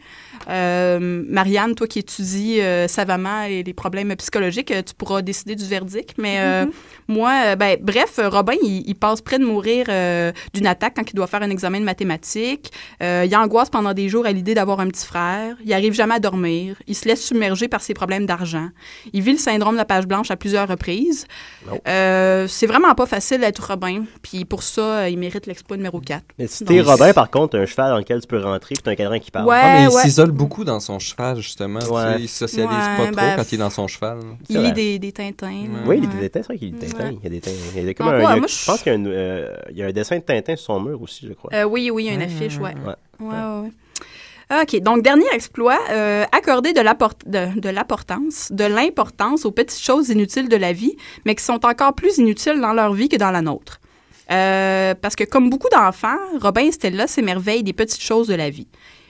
Marianne, toi qui étudies savamment les problèmes psychologiques, tu pourras décider du verdict. Mais moi, bref, Robin, il passe près de mourir d'une attaque quand il doit faire un examen de mathématiques. Il angoisse pendant des jours à l'idée d'avoir un petit frère. Il arrive jamais à dormir. Il se laisse submerger par ses problèmes d'argent. Il vit le syndrome de la page blanche à plusieurs reprises. C'est vraiment pas facile d'être Robin. Puis pour ça, il mérite l'exploit numéro 4. Mais si t'es Robin, par contre, t'as un cheval dans lequel tu peux rentrer puis t'as un cadran qui parle. Mais il s'isole beaucoup dans son cheval, justement. Il socialise pas trop quand il est dans son cheval. Il lit des Tintins. Oui, il lit des Tintins. C'est vrai qu'il lit des Tintins. Il y a des Tintins. Je pense qu'il y a un dessin de Tintin sur son mur aussi, je crois. Oui, il y a une affiche, ouais. OK, donc dernier exploit, accorder de l'importance aux petites choses inutiles de la vie, mais qui sont encore plus inutiles dans leur vie que dans la nôtre. Parce que comme beaucoup d'enfants, Robin et Stella s'émerveillent des petites choses de la vie.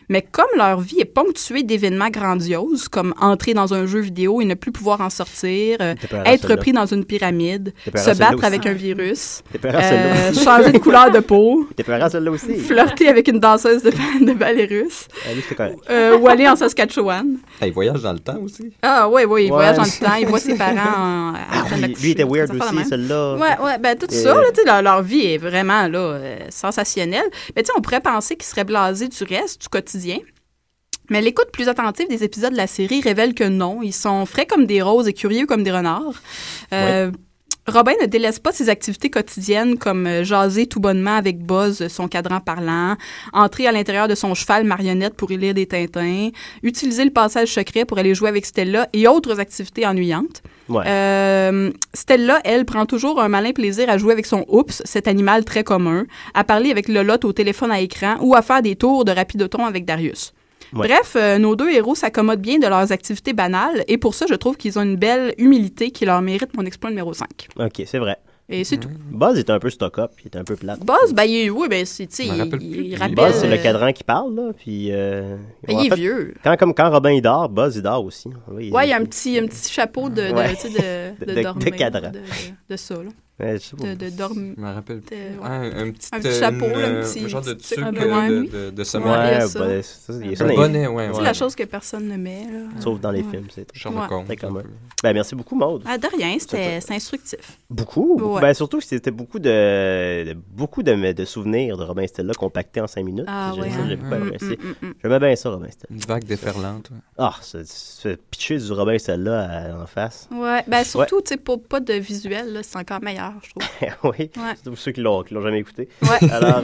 Mais comme leur vie est ponctuée d'événements grandioses, comme entrer dans un jeu vidéo et ne plus pouvoir en sortir, être pris dans une pyramide, se battre avec un virus, changer de couleur de peau, flirter avec une danseuse de ballet russe, ou aller en Saskatchewan. Il voyage dans le temps aussi. Ah oui, il voyage dans le temps, il voit ses parents lui était weird aussi, celle-là. Ouais, ben tout ça, là, leur vie est vraiment là, sensationnelle. Mais tu sais, on pourrait penser qu'ils seraient blasés du reste, du quotidien. Mais l'écoute plus attentive des épisodes de la série révèle que non. Ils sont frais comme des roses et curieux comme des renards. Robin ne délaisse pas ses activités quotidiennes comme jaser tout bonnement avec Buzz, son cadran parlant, entrer à l'intérieur de son cheval marionnette pour y lire des Tintins, utiliser le passage secret pour aller jouer avec Stella et autres activités ennuyantes. Stella, elle, prend toujours un malin plaisir à jouer avec son Oups, cet animal très commun, à parler avec Lolotte au téléphone à écran ou à faire des tours de rapidoton avec Darius. Bref, nos deux héros s'accommodent bien de leurs activités banales et pour ça, je trouve qu'ils ont une belle humilité qui leur mérite mon exploit numéro 5. OK, c'est vrai. Et c'est tout. Buzz est un peu stock-up, il est un peu plate. Buzz, il rappelle... Buzz, c'est le cadran qui parle, là, puis... il est vieux. Quand Robin il dort, Buzz il dort aussi. Oui, il y a un petit chapeau de dormir. De cadran. De ça, là. Ouais, je sais pas. De dormir. Je me rappelle. Un petit chapeau, un petit genre de tuque de sommeil. Un bonnet, c'est la chose que personne ne met. Là. Sauf dans les films, c'est très commun. Merci beaucoup, Maude. De rien, c'est instructif. Beaucoup. Surtout que c'était beaucoup de souvenirs de Robin et Stella compactés en 5 minutes. J'ai beaucoup apprécié. J'aimais bien ça, Robin et Stella. Une vague déferlante. Ce pitcher du Robin et Stella en face. Surtout, pas de visuel, là, c'est encore meilleur. Je trouve. Oui, c'est pour ceux qui l'ont jamais écouté. Alors,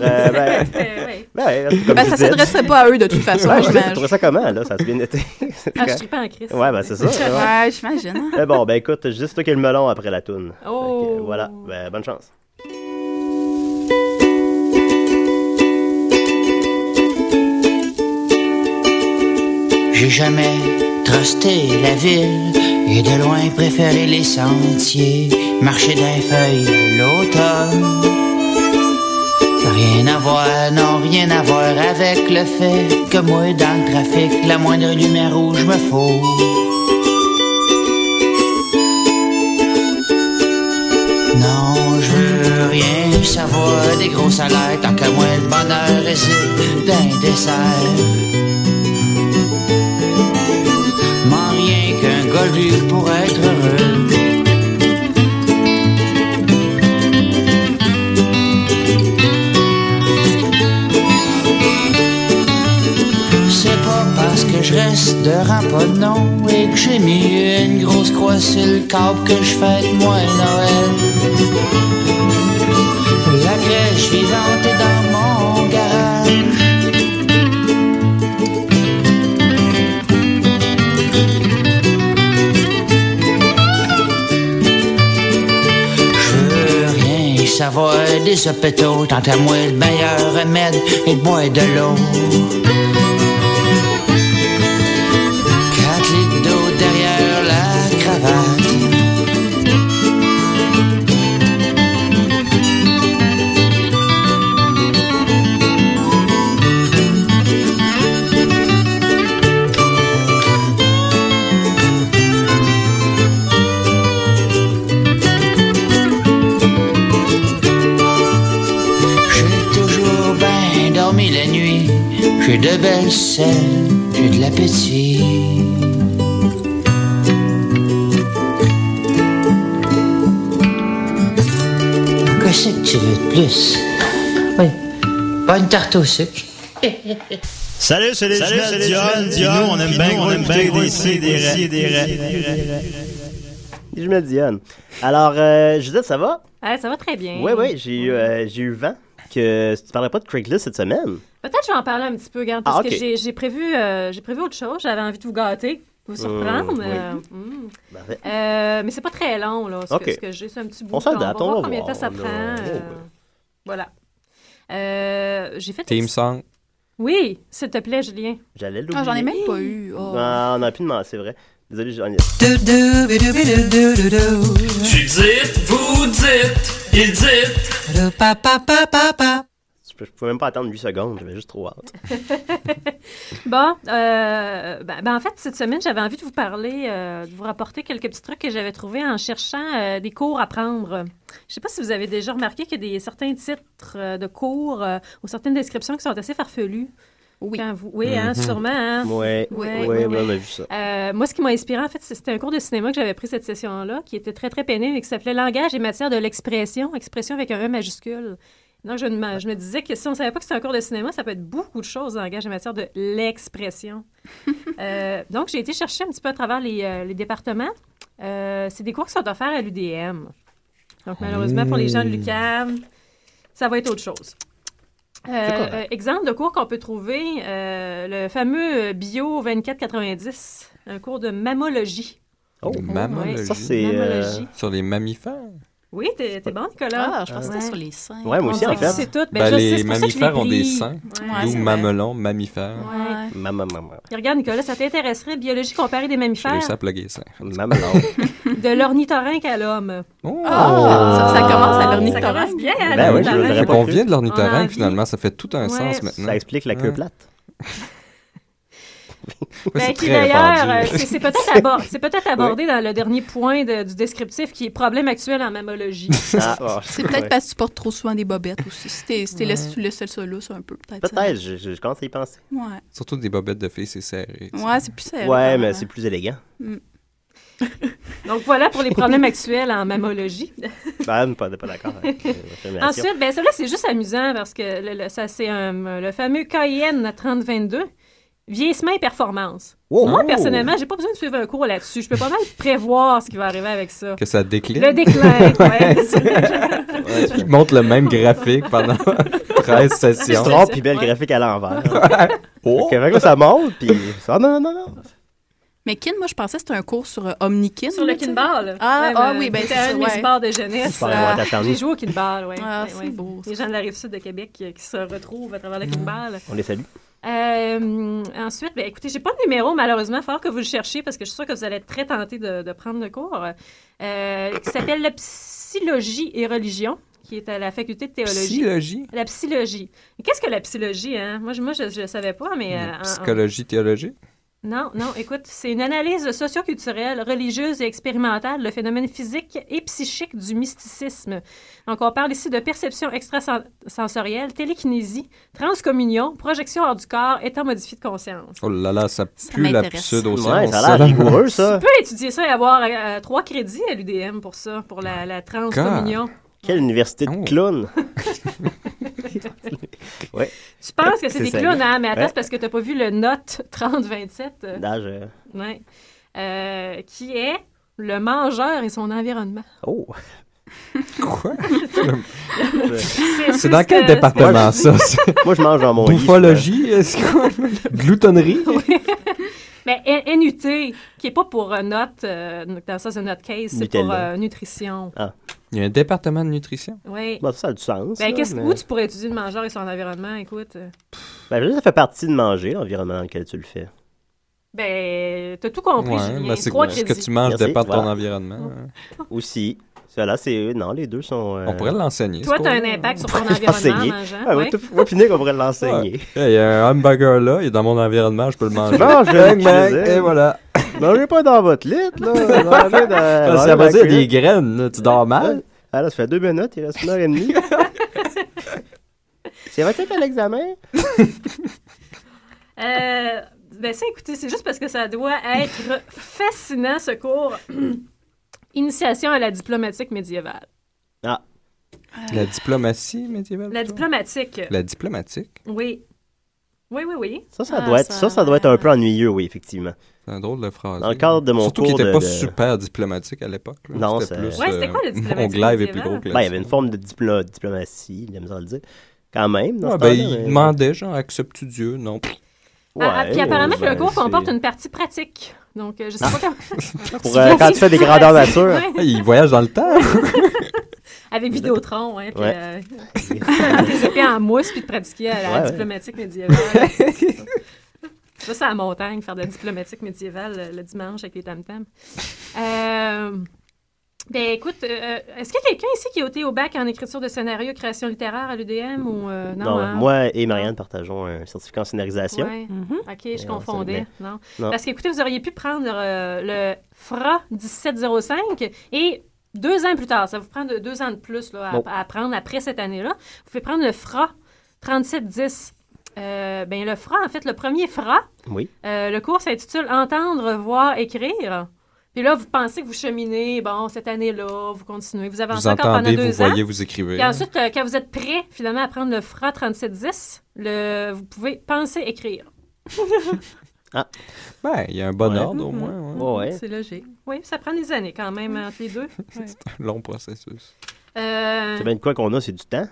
ça s'adresserait pas à eux de toute façon. Tu trouvais ça comment, là? Ça a bien été. Je suis pas en crise. C'est ça. J'imagine. Écoute, juste toi qui as le melon après la toune. Voilà, bonne chance. J'ai jamais trusté la ville et de loin préféré les sentiers, marcher d'un feuille l'automne. Rien à voir avec le fait que moi dans le trafic, la moindre lumière rouge me faut. Non, je veux rien savoir des gros salaires tant qu'à moi le bonheur réside d'un dessert. Rien qu'un goldu pour être heureux. C'est pas parce que je reste de ramponneau et que j'ai mis une grosse croix sur le câble que je fête moi Noël. La crèche vivante est dans mon garage. Savoir des hôpitaux, tant à moi le meilleur remède est de boire de l'eau. 4 litres d'eau derrière la cravate. La nuit, j'ai de belles selles, j'ai de l'appétit. Qu'est-ce que tu veux de plus? Oui, pas une tarte au sucre. Salut, c'est les jumelles Dionne. Nous, on aime bien des jumelles Dionne. Alors, Judith, ça va? Ça va très bien. Oui, j'ai eu vent que tu parlais pas de Craigslist cette semaine. Peut-être que je vais en parler un petit peu, regarde, parce que j'ai prévu autre chose. J'avais envie de vous gâter, vous surprendre. Mais c'est pas très long, là. Ce que j'ai, c'est un petit bout. On s'adapte, on va voir combien de temps ça prend. Voilà. J'ai fait... Team Song. Oui, s'il te plaît, Julien. J'allais l'oublier. J'en ai même pas eu. On a pu demander, c'est vrai. Désolé, j'en ai... Tu dites, vous dites, il dit. Je pouvais même pas attendre 8 secondes, j'avais juste trop hâte. Bon, en fait, cette semaine, j'avais envie de vous parler, de vous rapporter quelques petits trucs que j'avais trouvés en cherchant des cours à prendre. Je sais pas si vous avez déjà remarqué qu'il y a certains titres de cours ou certaines descriptions qui sont assez farfelues. Oui. Sûrement. Hein? Oui, on a vu ça. Moi, ce qui m'a inspiré, en fait, c'était un cours de cinéma que j'avais pris cette session-là, qui était très, très pénible et qui s'appelait « Langage et matière de l'expression », expression avec un E majuscule. Donc, je me disais que si on ne savait pas que c'était un cours de cinéma, ça peut être beaucoup de choses, langage et matière de l'expression. Donc, j'ai été chercher un petit peu à travers les départements. C'est des cours qui sont offerts à l'UDM. Donc, malheureusement, pour les gens de l'UQAM, ça va être autre chose. Exemple de cours qu'on peut trouver, le fameux Bio 2490, un cours de mammologie. Oh, mammologie. Ça, c'est sur les mammifères. Oui, t'es bon, Nicolas. Ah, je pense que c'était sur les seins. Ouais, moi aussi, en fait. C'est tout. Les mammifères ont des seins. D'où mamelon, mammifère. Et regarde, Nicolas, ça t'intéresserait, biologie comparée des mammifères? J'ai réussi à plugger ça. Mamelon. De l'ornithorynque à l'homme. Oh! Ça commence à l'ornithorynque. Ça commence bien à l'ornithorynque. On vient de l'ornithorynque, finalement. Ça fait tout un sens maintenant. Ça explique la queue plate. Qui d'ailleurs, c'est peut-être abordé dans le dernier point du descriptif qui est problème actuel en mammologie. C'est peut-être parce que tu portes trop souvent des bobettes aussi. Si tu laisses ça là, c'est un peu peut-être. Peut-être, je commence à y penser. Ouais. Surtout des bobettes de filles, c'est serré. Ouais, c'est plus serré. Ouais, mais c'est plus élégant. Donc voilà pour les problèmes actuels en mammologie. Pas d'accord avec Ensuite, celui-là, c'est juste amusant parce que c'est le fameux KIN 3022. Vieillissement et performance. Moi, personnellement, j'ai pas besoin de suivre un cours là-dessus. Je peux pas mal prévoir ce qui va arriver avec ça. Que ça décline? Le déclin, oui. Il montre le même graphique pendant 13 sessions. Tu trompes, puis le graphique à l'envers. Fait que ça monte, puis ça, non. Mais kin, moi, je pensais que c'était un cours sur Omnikin. Sur le kinball. Oui, c'est un de mes sports de jeunesse. J'ai joué au kinball, oui. C'est beau. Les gens de la Rive-Sud de Québec qui se retrouvent à travers le kinball. On les salue. Ensuite, écoutez, j'ai pas de numéro, malheureusement. Il va falloir que vous le cherchiez parce que je suis sûre que vous allez être très tentés de prendre le cours. Qui s'appelle la psychologie et religion, qui est à la faculté de théologie. Psychologie? La psychologie. Qu'est-ce que la psychologie, hein? Moi, je savais pas, mais... Psychologie, théologie? Non, écoute, c'est une analyse socio-culturelle, religieuse et expérimentale le phénomène physique et psychique du mysticisme. Donc, on parle ici de perception extrasensorielle, télékinésie, transcommunion, projection hors du corps, état modifié de conscience. Oh là là, ça pue la pseudo-science. Ouais, ça a l'air rigoureux, ça. Tu peux étudier ça et avoir 3 crédits à l'UDM pour ça, pour la transcommunion. Quelle université de clowns! Ouais. Tu penses que c'est des clowns, hein? Mais attends, c'est parce que tu n'as pas vu le Note 3027. Qui est le mangeur et son environnement. Oh! Quoi? C'est dans quel département, ça? Moi, je mange dans mon lit. Bouffologie? Est-ce quoi? Gloutonnerie? Mais NUT, qui n'est pas pour note, dans ça, c'est note case, c'est pour nutrition. Ah. Il y a un département de nutrition? Oui. Ça a du sens. Où tu pourrais étudier le mangeur et son environnement, écoute? Ça fait partie de manger, l'environnement dans lequel tu le fais. T'as tout compris, Julien. C'est ce que tu manges dépend de ton environnement. Aussi. Cela, non, les deux sont... On pourrait l'enseigner. Toi, tu as un impact sur ton environnement en mangeant. Moi, puis Nick, on pourrait l'enseigner. Il y a un hamburger là, il est dans mon environnement, je peux le manger. Et voilà. Mangez pas dans votre lit, là. Ça veut dire des graines, là. Tu dors mal. Ah là, ça fait 2 minutes, il reste 1h30. C'est vrai que tu as l'examen? Écoutez, c'est juste parce que ça doit être fascinant, ce cours. Initiation à la diplomatique médiévale. Ah. La diplomatie médiévale? La diplomatique. La diplomatique? Oui. Oui. Ça doit être un peu ennuyeux, oui, effectivement. C'est un drôle de phrase. Dans le cadre de mon Surtout qu'il n'était pas super diplomatique à l'époque. Là. Non, c'était plus... c'était quoi la diplomatie? Mon glaive est plus gros que il y avait une forme de diplomatie, il aime ça le dire. Quand même, il demandait, genre, acceptes-tu Dieu? Non. Puis apparemment, le cours comporte une partie pratique. Donc, je sais pas comment... quand tu fais des grandeurs nature. Il voyage dans le temps. Avec Vidéotron, hein. Puis tes épées en mousse, puis de pratiquer à la diplomatique médiévale. Ça, c'est à la montagne, faire de la diplomatique médiévale le dimanche avec les tam-tams. Ben écoute, est-ce qu'il y a quelqu'un ici qui a été au bac en écriture de scénario, création littéraire à l'UDM ou non? Hein? Moi et Marianne partageons un certificat en scénarisation. Ouais. OK, je confondais. Non. Parce qu'écoutez, vous auriez pu prendre le FRA 1705 et 2 ans plus tard, ça vous prend 2 ans de plus là, à prendre après cette année-là. Vous pouvez prendre le FRA 3710. Ben le FRA, en fait, le premier FRA, le cours s'intitule « Entendre, voir, écrire ». Puis là, vous pensez que vous cheminez, cette année-là, vous continuez, vous avancez encore pendant 2 ans. Vous voyez, vous écrivez. Et ensuite, quand vous êtes prêt, finalement, à prendre le FRA 3710, vous pouvez penser écrire. Il y a un bon ordre, au moins. C'est logique. Oui, ça prend des années, quand même, entre les deux. C'est un long processus. C'est bien de quoi qu'on a, c'est du temps?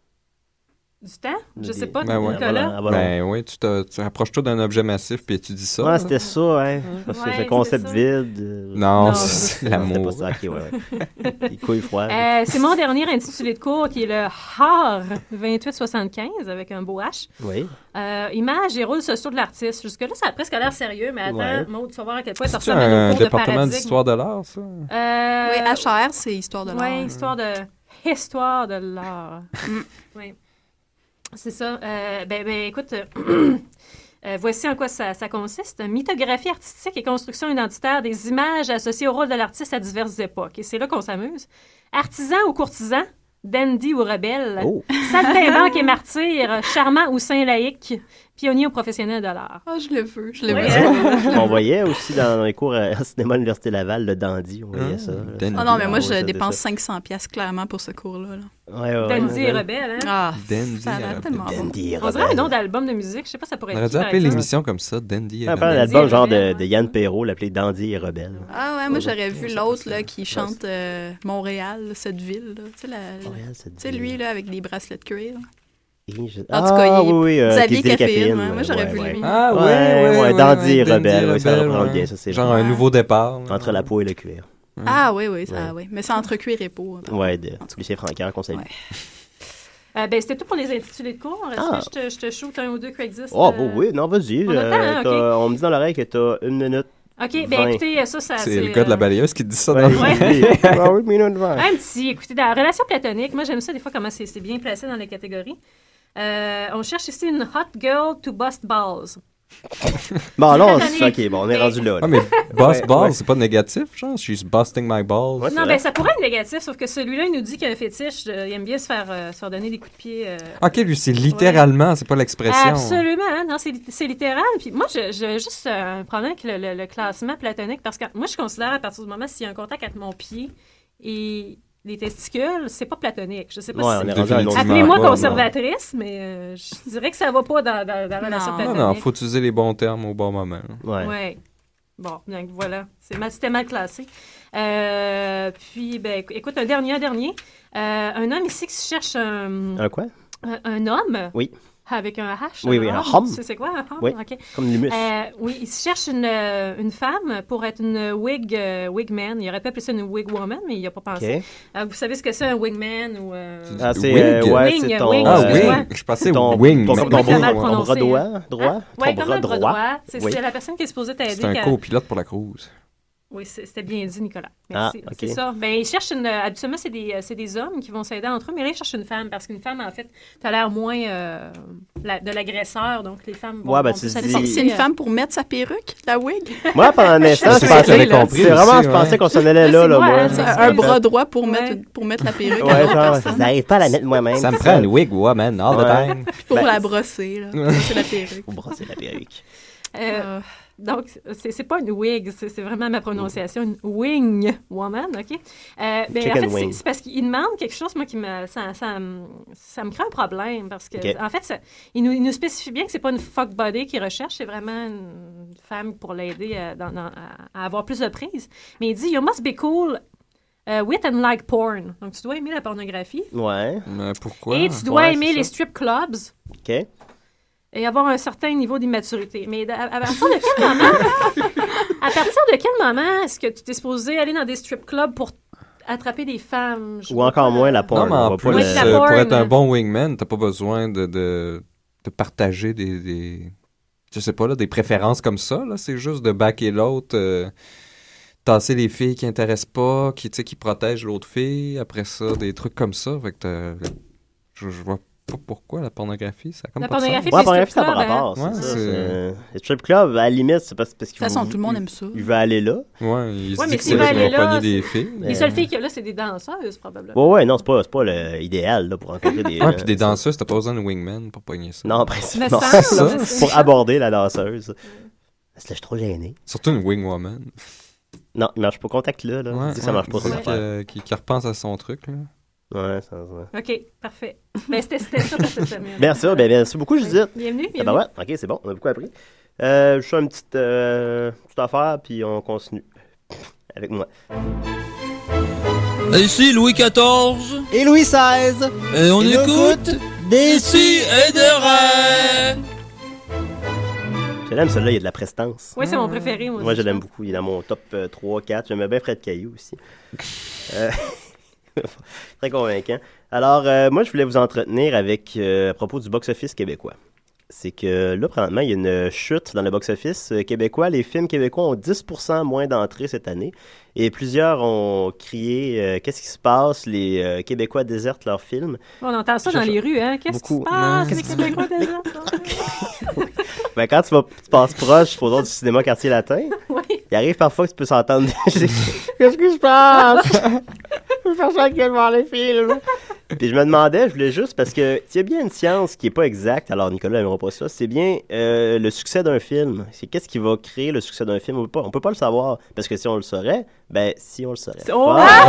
Du temps? Je sais pas, Nicolas. Oui, tu approches-toi d'un objet massif puis tu dis ça. Ouais, c'était ça, hein. C'est un concept vide. Non, c'est l'amour. C'était pas ça, OK, Les couilles froides. C'est mon dernier intitulé de cours qui est le HAR 2875 avec un beau H. Oui. Images et rôles sociaux de l'artiste. Jusque-là, ça a presque l'air sérieux, mais attends, Maud, tu vas voir à quel point ça ressemble à nos cours de département d'histoire de l'art, ça? Oui, HR, c'est histoire de l'art. Oui, histoire de l'art. Oui. C'est ça. Écoute, voici en quoi ça consiste. Mythographie artistique et construction identitaire des images associées au rôle de l'artiste à diverses époques. Et c'est là qu'on s'amuse. Artisan ou courtisan, dandy ou rebelle, saltimbanque et martyr, charmant ou saint laïque, pionnier ou professionnel de l'art. Je le veux. On voyait aussi dans les cours à cinéma à l'Université Laval, le dandy, on voyait ça. Non, mais moi, je dépense 500$ clairement pour ce cours-là. Dandy et rebelle, hein? Ça a l'air tellement bon. On dirait un nom d'album de musique, je sais pas, ça pourrait être. On aurait dû appeler l'émission comme ça, Dandy et rebelle. Un album genre de Yann Perrault, l'appelé Dandy et rebelle. Moi j'aurais vu l'autre là, qui chante Montréal, cette ville. Montréal, cette ville. Tu sais, lui, là, avec des bracelets de cuir. En tout cas, Xavier Caféine. Moi, j'aurais vu lui. Dandy et rebelle. Ça reprend bien, ça, c'est genre un nouveau départ. Entre la peau et le cuir. Oui. Mais c'est entre cuir et peau. De Lucien Francaire qu'on salue. C'était tout pour les intitulés de cours. Est-ce que je te shoot un ou deux Craigslist? Oui, non, vas-y. On me dit dans l'oreille que t'as 1 minute. OK, écoutez, ça c'est le gars de la balayeuse qui dit ça dans un petit, écoutez, dans la relation platonique, moi, j'aime ça des fois comment c'est bien placé dans les catégories. On cherche ici une hot girl to bust balls. On est rendu là. Mais bust balls, c'est pas négatif, genre? She's busting my balls. Non, ça pourrait être négatif, sauf que celui-là, il nous dit qu'il a un fétiche, il aime bien se faire donner des coups de pied. OK, lui, c'est littéralement, c'est pas l'expression. Absolument, non, c'est littéral. Puis moi, j'ai juste un problème avec le classement platonique, parce que moi, je considère à partir du moment s'il y a un contact avec mon pied et les testicules, c'est pas platonique. Je sais pas si appelez-moi conservatrice, mais je dirais que ça va pas dans la relation platonique. Non, faut utiliser les bons termes au bon moment. Ouais. Bon, donc voilà. C'était mal classé. Puis, écoute, un dernier. Un homme ici qui cherche un quoi? Un homme. Oui. Avec un H. Oui, un homme. C'est quoi un homme? Oui, comme l'humus. Oui, il cherche une femme pour être une wigman. Il aurait pu appeler ça une wigwoman, mais il n'y a pas pensé. Vous savez ce que c'est un wigman ou... c'est ton... wing. Je pensais wing. Ton bras droit. Oui, comme un bras droit. C'est la personne qui est supposée t'aider. C'est un copilote pour la cruise. Oui, c'était bien dit, Nicolas. Merci. C'est ça. Il cherche habituellement, c'est des hommes qui vont s'aider entre eux, mais là, il cherche une femme, parce qu'une femme, en fait, t'as l'air moins de l'agresseur, donc les femmes vont plus C'est une femme pour mettre sa perruque, la wig? Moi, pendant un instant, je pensais qu'on s'en allait là, moi. Un bras droit pour mettre la perruque. Je n'arrive pas à la mettre moi-même. Ça me prend une wig woman all the time. Pour la brosser, là. Brosser la perruque. Pour brosser la perruque. Donc, c'est pas une wig, c'est vraiment ma prononciation, une wing woman, OK? En fait, c'est parce qu'il demande quelque chose, moi, ça me crée un problème, parce que, en fait, il nous spécifie bien que c'est pas une fuck body qu'il recherche, c'est vraiment une femme pour l'aider à avoir plus de prise. Mais il dit « You must be cool with and like porn ». Donc, tu dois aimer la pornographie. Ouais. Mais pourquoi? Et tu dois aimer les strip clubs. OK. Et avoir un certain niveau d'immaturité. Mais à partir de quel moment est-ce que tu t'es supposé aller dans des strip clubs pour attraper des femmes? Ou encore moins la porn. Non, mais en plus, pour être un bon wingman, t'as pas besoin de partager des je sais pas, là, des préférences comme ça. Là. C'est juste de backer l'autre tasser les filles qui intéressent pas, qui protègent l'autre fille. Après ça, des trucs comme ça. Fait que je vois pas pourquoi la pornographie, ça a comme la pas de pornographie, sens. La pornographie, ça n'a pas rapport. Les strip clubs, à la limite, c'est parce qu'il de toute façon, tout le monde aime ça. Il veut aller là. Ouais, il se dit mais que c'est là qu'il va pogner des filles. Les seules filles qu'il y a là, c'est des danseuses, probablement. Ouais, non, c'est pas l'idéal pour rencontrer des... Ouais, puis des danseuses, t'as pas besoin de wingman pour pogner ça. Non, principalement. C'est ça. Pour aborder la danseuse. Je suis trop gêné. Surtout une wingwoman. Non, il marche pas. Contact-là. Ouais, ça marche pas. Qui repense à son truc, là. Ouais, ça va. OK, parfait. Ben, c'était ça pour cette semaine. Merci beaucoup, Judith. Bienvenue. Ben ouais, OK, c'est bon, on a beaucoup appris. Je fais une petite affaire, puis on continue avec moi. Ici Louis XIV. Et Louis XVI. Et on écoute D'ici et de Ré. Je l'aime, celui-là, il y a de la prestance. Oui, c'est mon préféré, moi. Moi, je l'aime beaucoup. Il est dans mon top 3, 4. J'aimais bien Fred Caillou aussi. Très convaincant. Alors, moi, je voulais vous entretenir avec à propos du box-office québécois. C'est que là, présentement, il y a une chute dans le box-office québécois. Les films québécois ont 10% moins d'entrées cette année. Et plusieurs ont crié qu'est-ce qui se passe? Les Québécois désertent leurs films. On entend ça dans les rues, hein? Qu'est-ce qui se passe? Les Québécois désertent. Ben, quand tu passes proche, supposons, du cinéma Quartier Latin, il arrive parfois que tu peux s'entendre. Qu'est-ce qui se passe? Je veux faire ça avec voir les films. Puis je me demandais, je voulais juste, parce que s'il y a bien une science qui n'est pas exacte, alors Nicolas n'aimera pas ça, c'est bien le succès d'un film. C'est qu'est-ce qui va créer le succès d'un film? On peut pas le savoir, parce que si on le saurait, si on le saurait. J'étais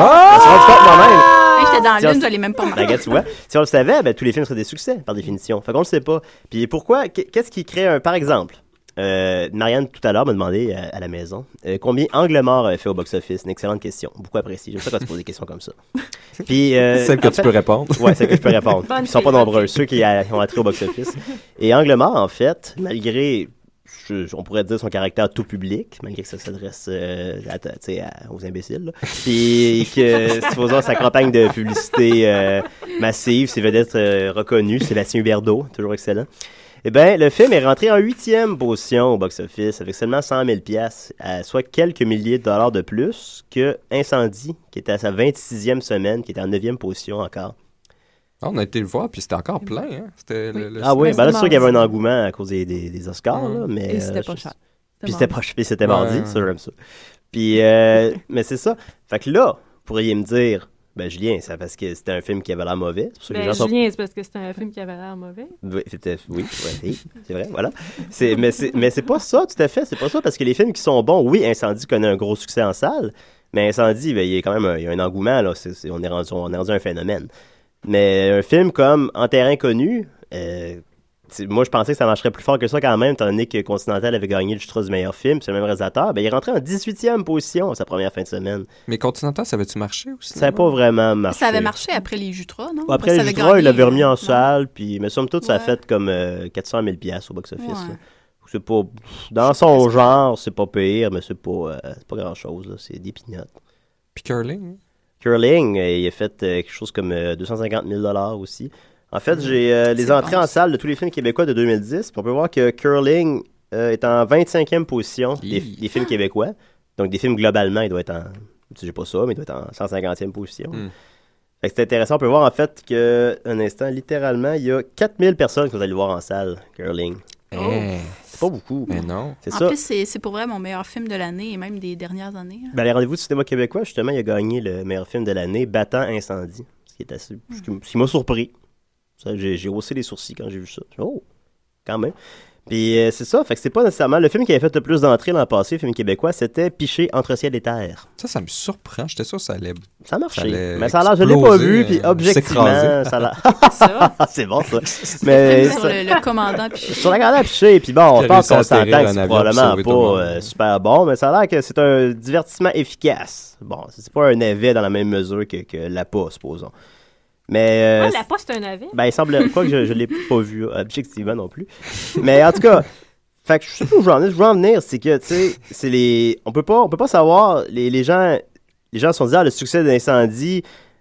dans l'une, je l'ai même pas marqué. Tu vois, si on le savait, tous les films seraient des succès, par définition. Fait qu'on le sait pas. Puis pourquoi, qu'est-ce qui crée par exemple, Marianne, tout à l'heure, m'a demandé à la maison combien Angle mort a fait au box-office. Une excellente question. Beaucoup appréciée. J'aime ça quand tu poses des questions comme ça. Puis, celle que tu peux répondre. Oui, celle que je peux répondre. Ils sont pas nombreux, ceux qui ont attrait au box-office. Et Angle mort, en fait, malgré, on pourrait dire son caractère tout public, malgré que ça s'adresse aux imbéciles, là. Puis que, supposons, sa campagne de publicité massive, ses vedettes reconnues, Sébastien Huberdeau, toujours excellent. Eh bien, le film est rentré en 8e position au box-office avec seulement 100 000 $, soit quelques milliers de dollars de plus que Incendie, qui était à sa 26e semaine, qui était en 9e position encore. On a été le voir, puis c'était encore plein. Hein? C'était oui, là, c'est sûr qu'il y avait un engouement à cause des Oscars. Là, mais, et c'était pas cher. Puis c'était mardi, ça, j'aime ça. Puis, mais c'est ça. Fait que là, vous pourriez me dire... Julien, c'est parce que c'était un film qui avait l'air mauvais. Julien, c'est parce que c'était un film qui avait l'air mauvais. Oui, c'est vrai, voilà. Mais c'est pas ça, tout à fait. C'est pas ça, parce que les films qui sont bons, oui, Incendie connaît un gros succès en salle, mais Incendie, il y a quand même il y a un engouement, là. On est rendu un phénomène. Mais un film comme En terrain connu, moi, je pensais que ça marcherait plus fort que ça quand même, étant donné que Continental avait gagné le Jutras du meilleur film, c'est le même réalisateur. Il est rentré en 18e position sa première fin de semaine. Mais Continental, ça avait-tu marché aussi? Ça n'avait pas vraiment marché. Ça avait marché après les Jutras, non? Après les Jutras, il l'avait remis en salle, puis, mais somme toute, ça a fait comme 400 000 $ au box-office. C'est pas... Dans son genre, c'est pas pire, mais c'est pas grand-chose, là. C'est des pignottes. Puis Curling? Curling, il a fait quelque chose comme 250 000 $ aussi. En fait, j'ai les entrées en salle de tous les films québécois de 2010. On peut voir que Curling est en 25e position des films québécois. Donc, des films globalement, il doit être en... J'ai pas ça, mais il doit être en 150e position. Fait que c'est intéressant. On peut voir en fait qu'un instant, littéralement, il y a 4000 personnes qui vont aller le voir en salle, Curling. C'est pas beaucoup. Mais non. C'est ça. En plus, c'est pour vrai mon meilleur film de l'année et même des dernières années. Les Rendez-vous du cinéma québécois, justement, il a gagné le meilleur film de l'année, battant Incendie. Ce qui est assez... Ce qui m'a surpris. Ça, j'ai haussé les sourcils quand j'ai vu ça. Oh, quand même. Puis c'est ça, fait que c'est pas nécessairement... Le film qui avait fait le plus d'entrées l'an passé, le film québécois, c'était Piché entre ciel et terre. Ça me surprend. J'étais sûr que ça allait... Ça marchait. Mais ça a l'air, je l'ai pas vu, puis objectivement, ça a l'air... C'est bon, ça. Mais sur le commandant Piché. Sur le commandant Piché, puis bon, je pense qu'on s'entend que c'est probablement pas super bon, mais ça a l'air que c'est un divertissement efficace. Bon, c'est pas un navet dans la même mesure que l'APA, supposons. Mais la poste, c'est un navet. Il semble pas que je l'ai pas vu objectivement non plus. Mais en tout cas, fait que je sais pas où je veux en venir, c'est que tu sais, c'est on peut pas savoir les gens se sont dit le succès d'Incendie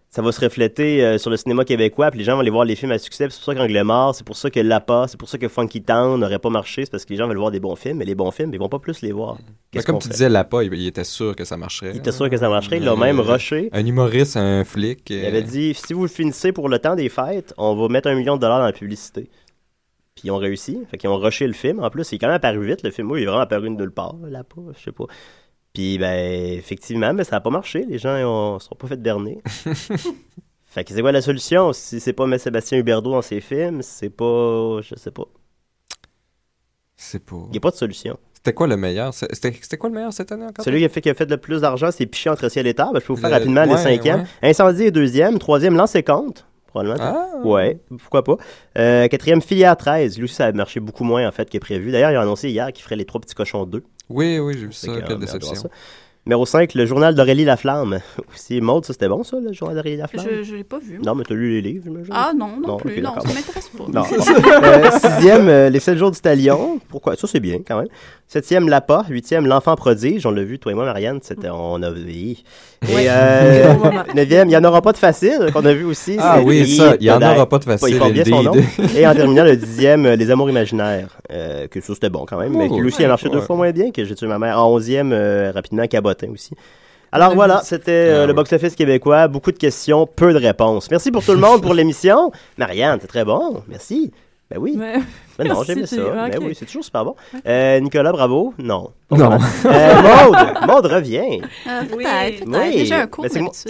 ça va se refléter sur le cinéma québécois, puis les gens vont aller voir les films à succès, puis c'est pour ça qu'Angle Mort, c'est pour ça que L'Appât, c'est pour ça que Funky Town n'aurait pas marché, c'est parce que les gens veulent voir des bons films, mais les bons films, ils vont pas plus les voir. Mais comme tu disais, L'Appât, il était sûr que ça marcherait. Il était sûr que ça marcherait, il l'a même rushé. Un humoriste, un flic. Il avait dit, si vous le finissez pour le temps des fêtes, on va mettre $1 million dans la publicité. Puis ils ont réussi, fait qu'ils ont rushé le film. En plus, il est quand même apparu vite, le film, il est vraiment apparu de nulle part, L'Appât, je sais pas. Puis, effectivement, mais ça n'a pas marché. Les gens ne sont pas fait berner. Fait que c'est quoi la solution? Si c'est pas mettre Sébastien Huberdeau dans ses films, c'est pas... Je sais pas. C'est pas... Il n'y a pas de solution. C'était quoi le meilleur? C'était quoi le meilleur cette année encore? Celui qui a fait le plus d'argent, c'est Piché entre ciel et terre. Je peux vous faire rapidement le 5e. Incendie est 2e. 3e, Lancer compte. Probablement. Ouais, pourquoi pas. 4e, Filière 13. Lui aussi, ça a marché beaucoup moins, en fait, que prévu. D'ailleurs, il a annoncé hier qu'il ferait Les 3 petits cochons 2. Oui, j'ai vu ça. Quelle déception. Numéro 5, le journal d'Aurélie Laflamme. Aussi, Maud, ça c'était bon, ça, le journal d'Aurélie Laflamme? Je l'ai pas vu. Non, mais t'as lu les livres, j'imagine? Ah non plus. Non, ça m'intéresse pas. Non. 6e, Les 7 jours du Talion. Pourquoi? Ça, c'est bien, quand même. 7e, L'Appât. 8e, L'Enfant prodige. On l'a vu, toi et moi, Marianne. On a vu. Et 9e, Il n'y en aura pas de facile, qu'on a vu aussi. Ah oui, ça, Il n'y en aura pas de facile. Il porte bien son nom. Et en terminant, le 10e, Les Amours imaginaires. Que ça, c'était bon, quand même. Mais lui aussi, il a marché 2 fois moins bien que J'ai tué ma mère. En 11e, rapidement, Cabotin aussi. Alors voilà, c'était le box-office québécois. Beaucoup de questions, peu de réponses. Merci pour tout le monde pour l'émission. Marianne, c'est très bon. Merci. Ben oui. Ben non, j'aimais ça. Okay. Ben oui, c'est toujours super bon. Nicolas, bravo. Non. Non. Maud, reviens. Peut-être. Oui. Déjà un cours d'habitude.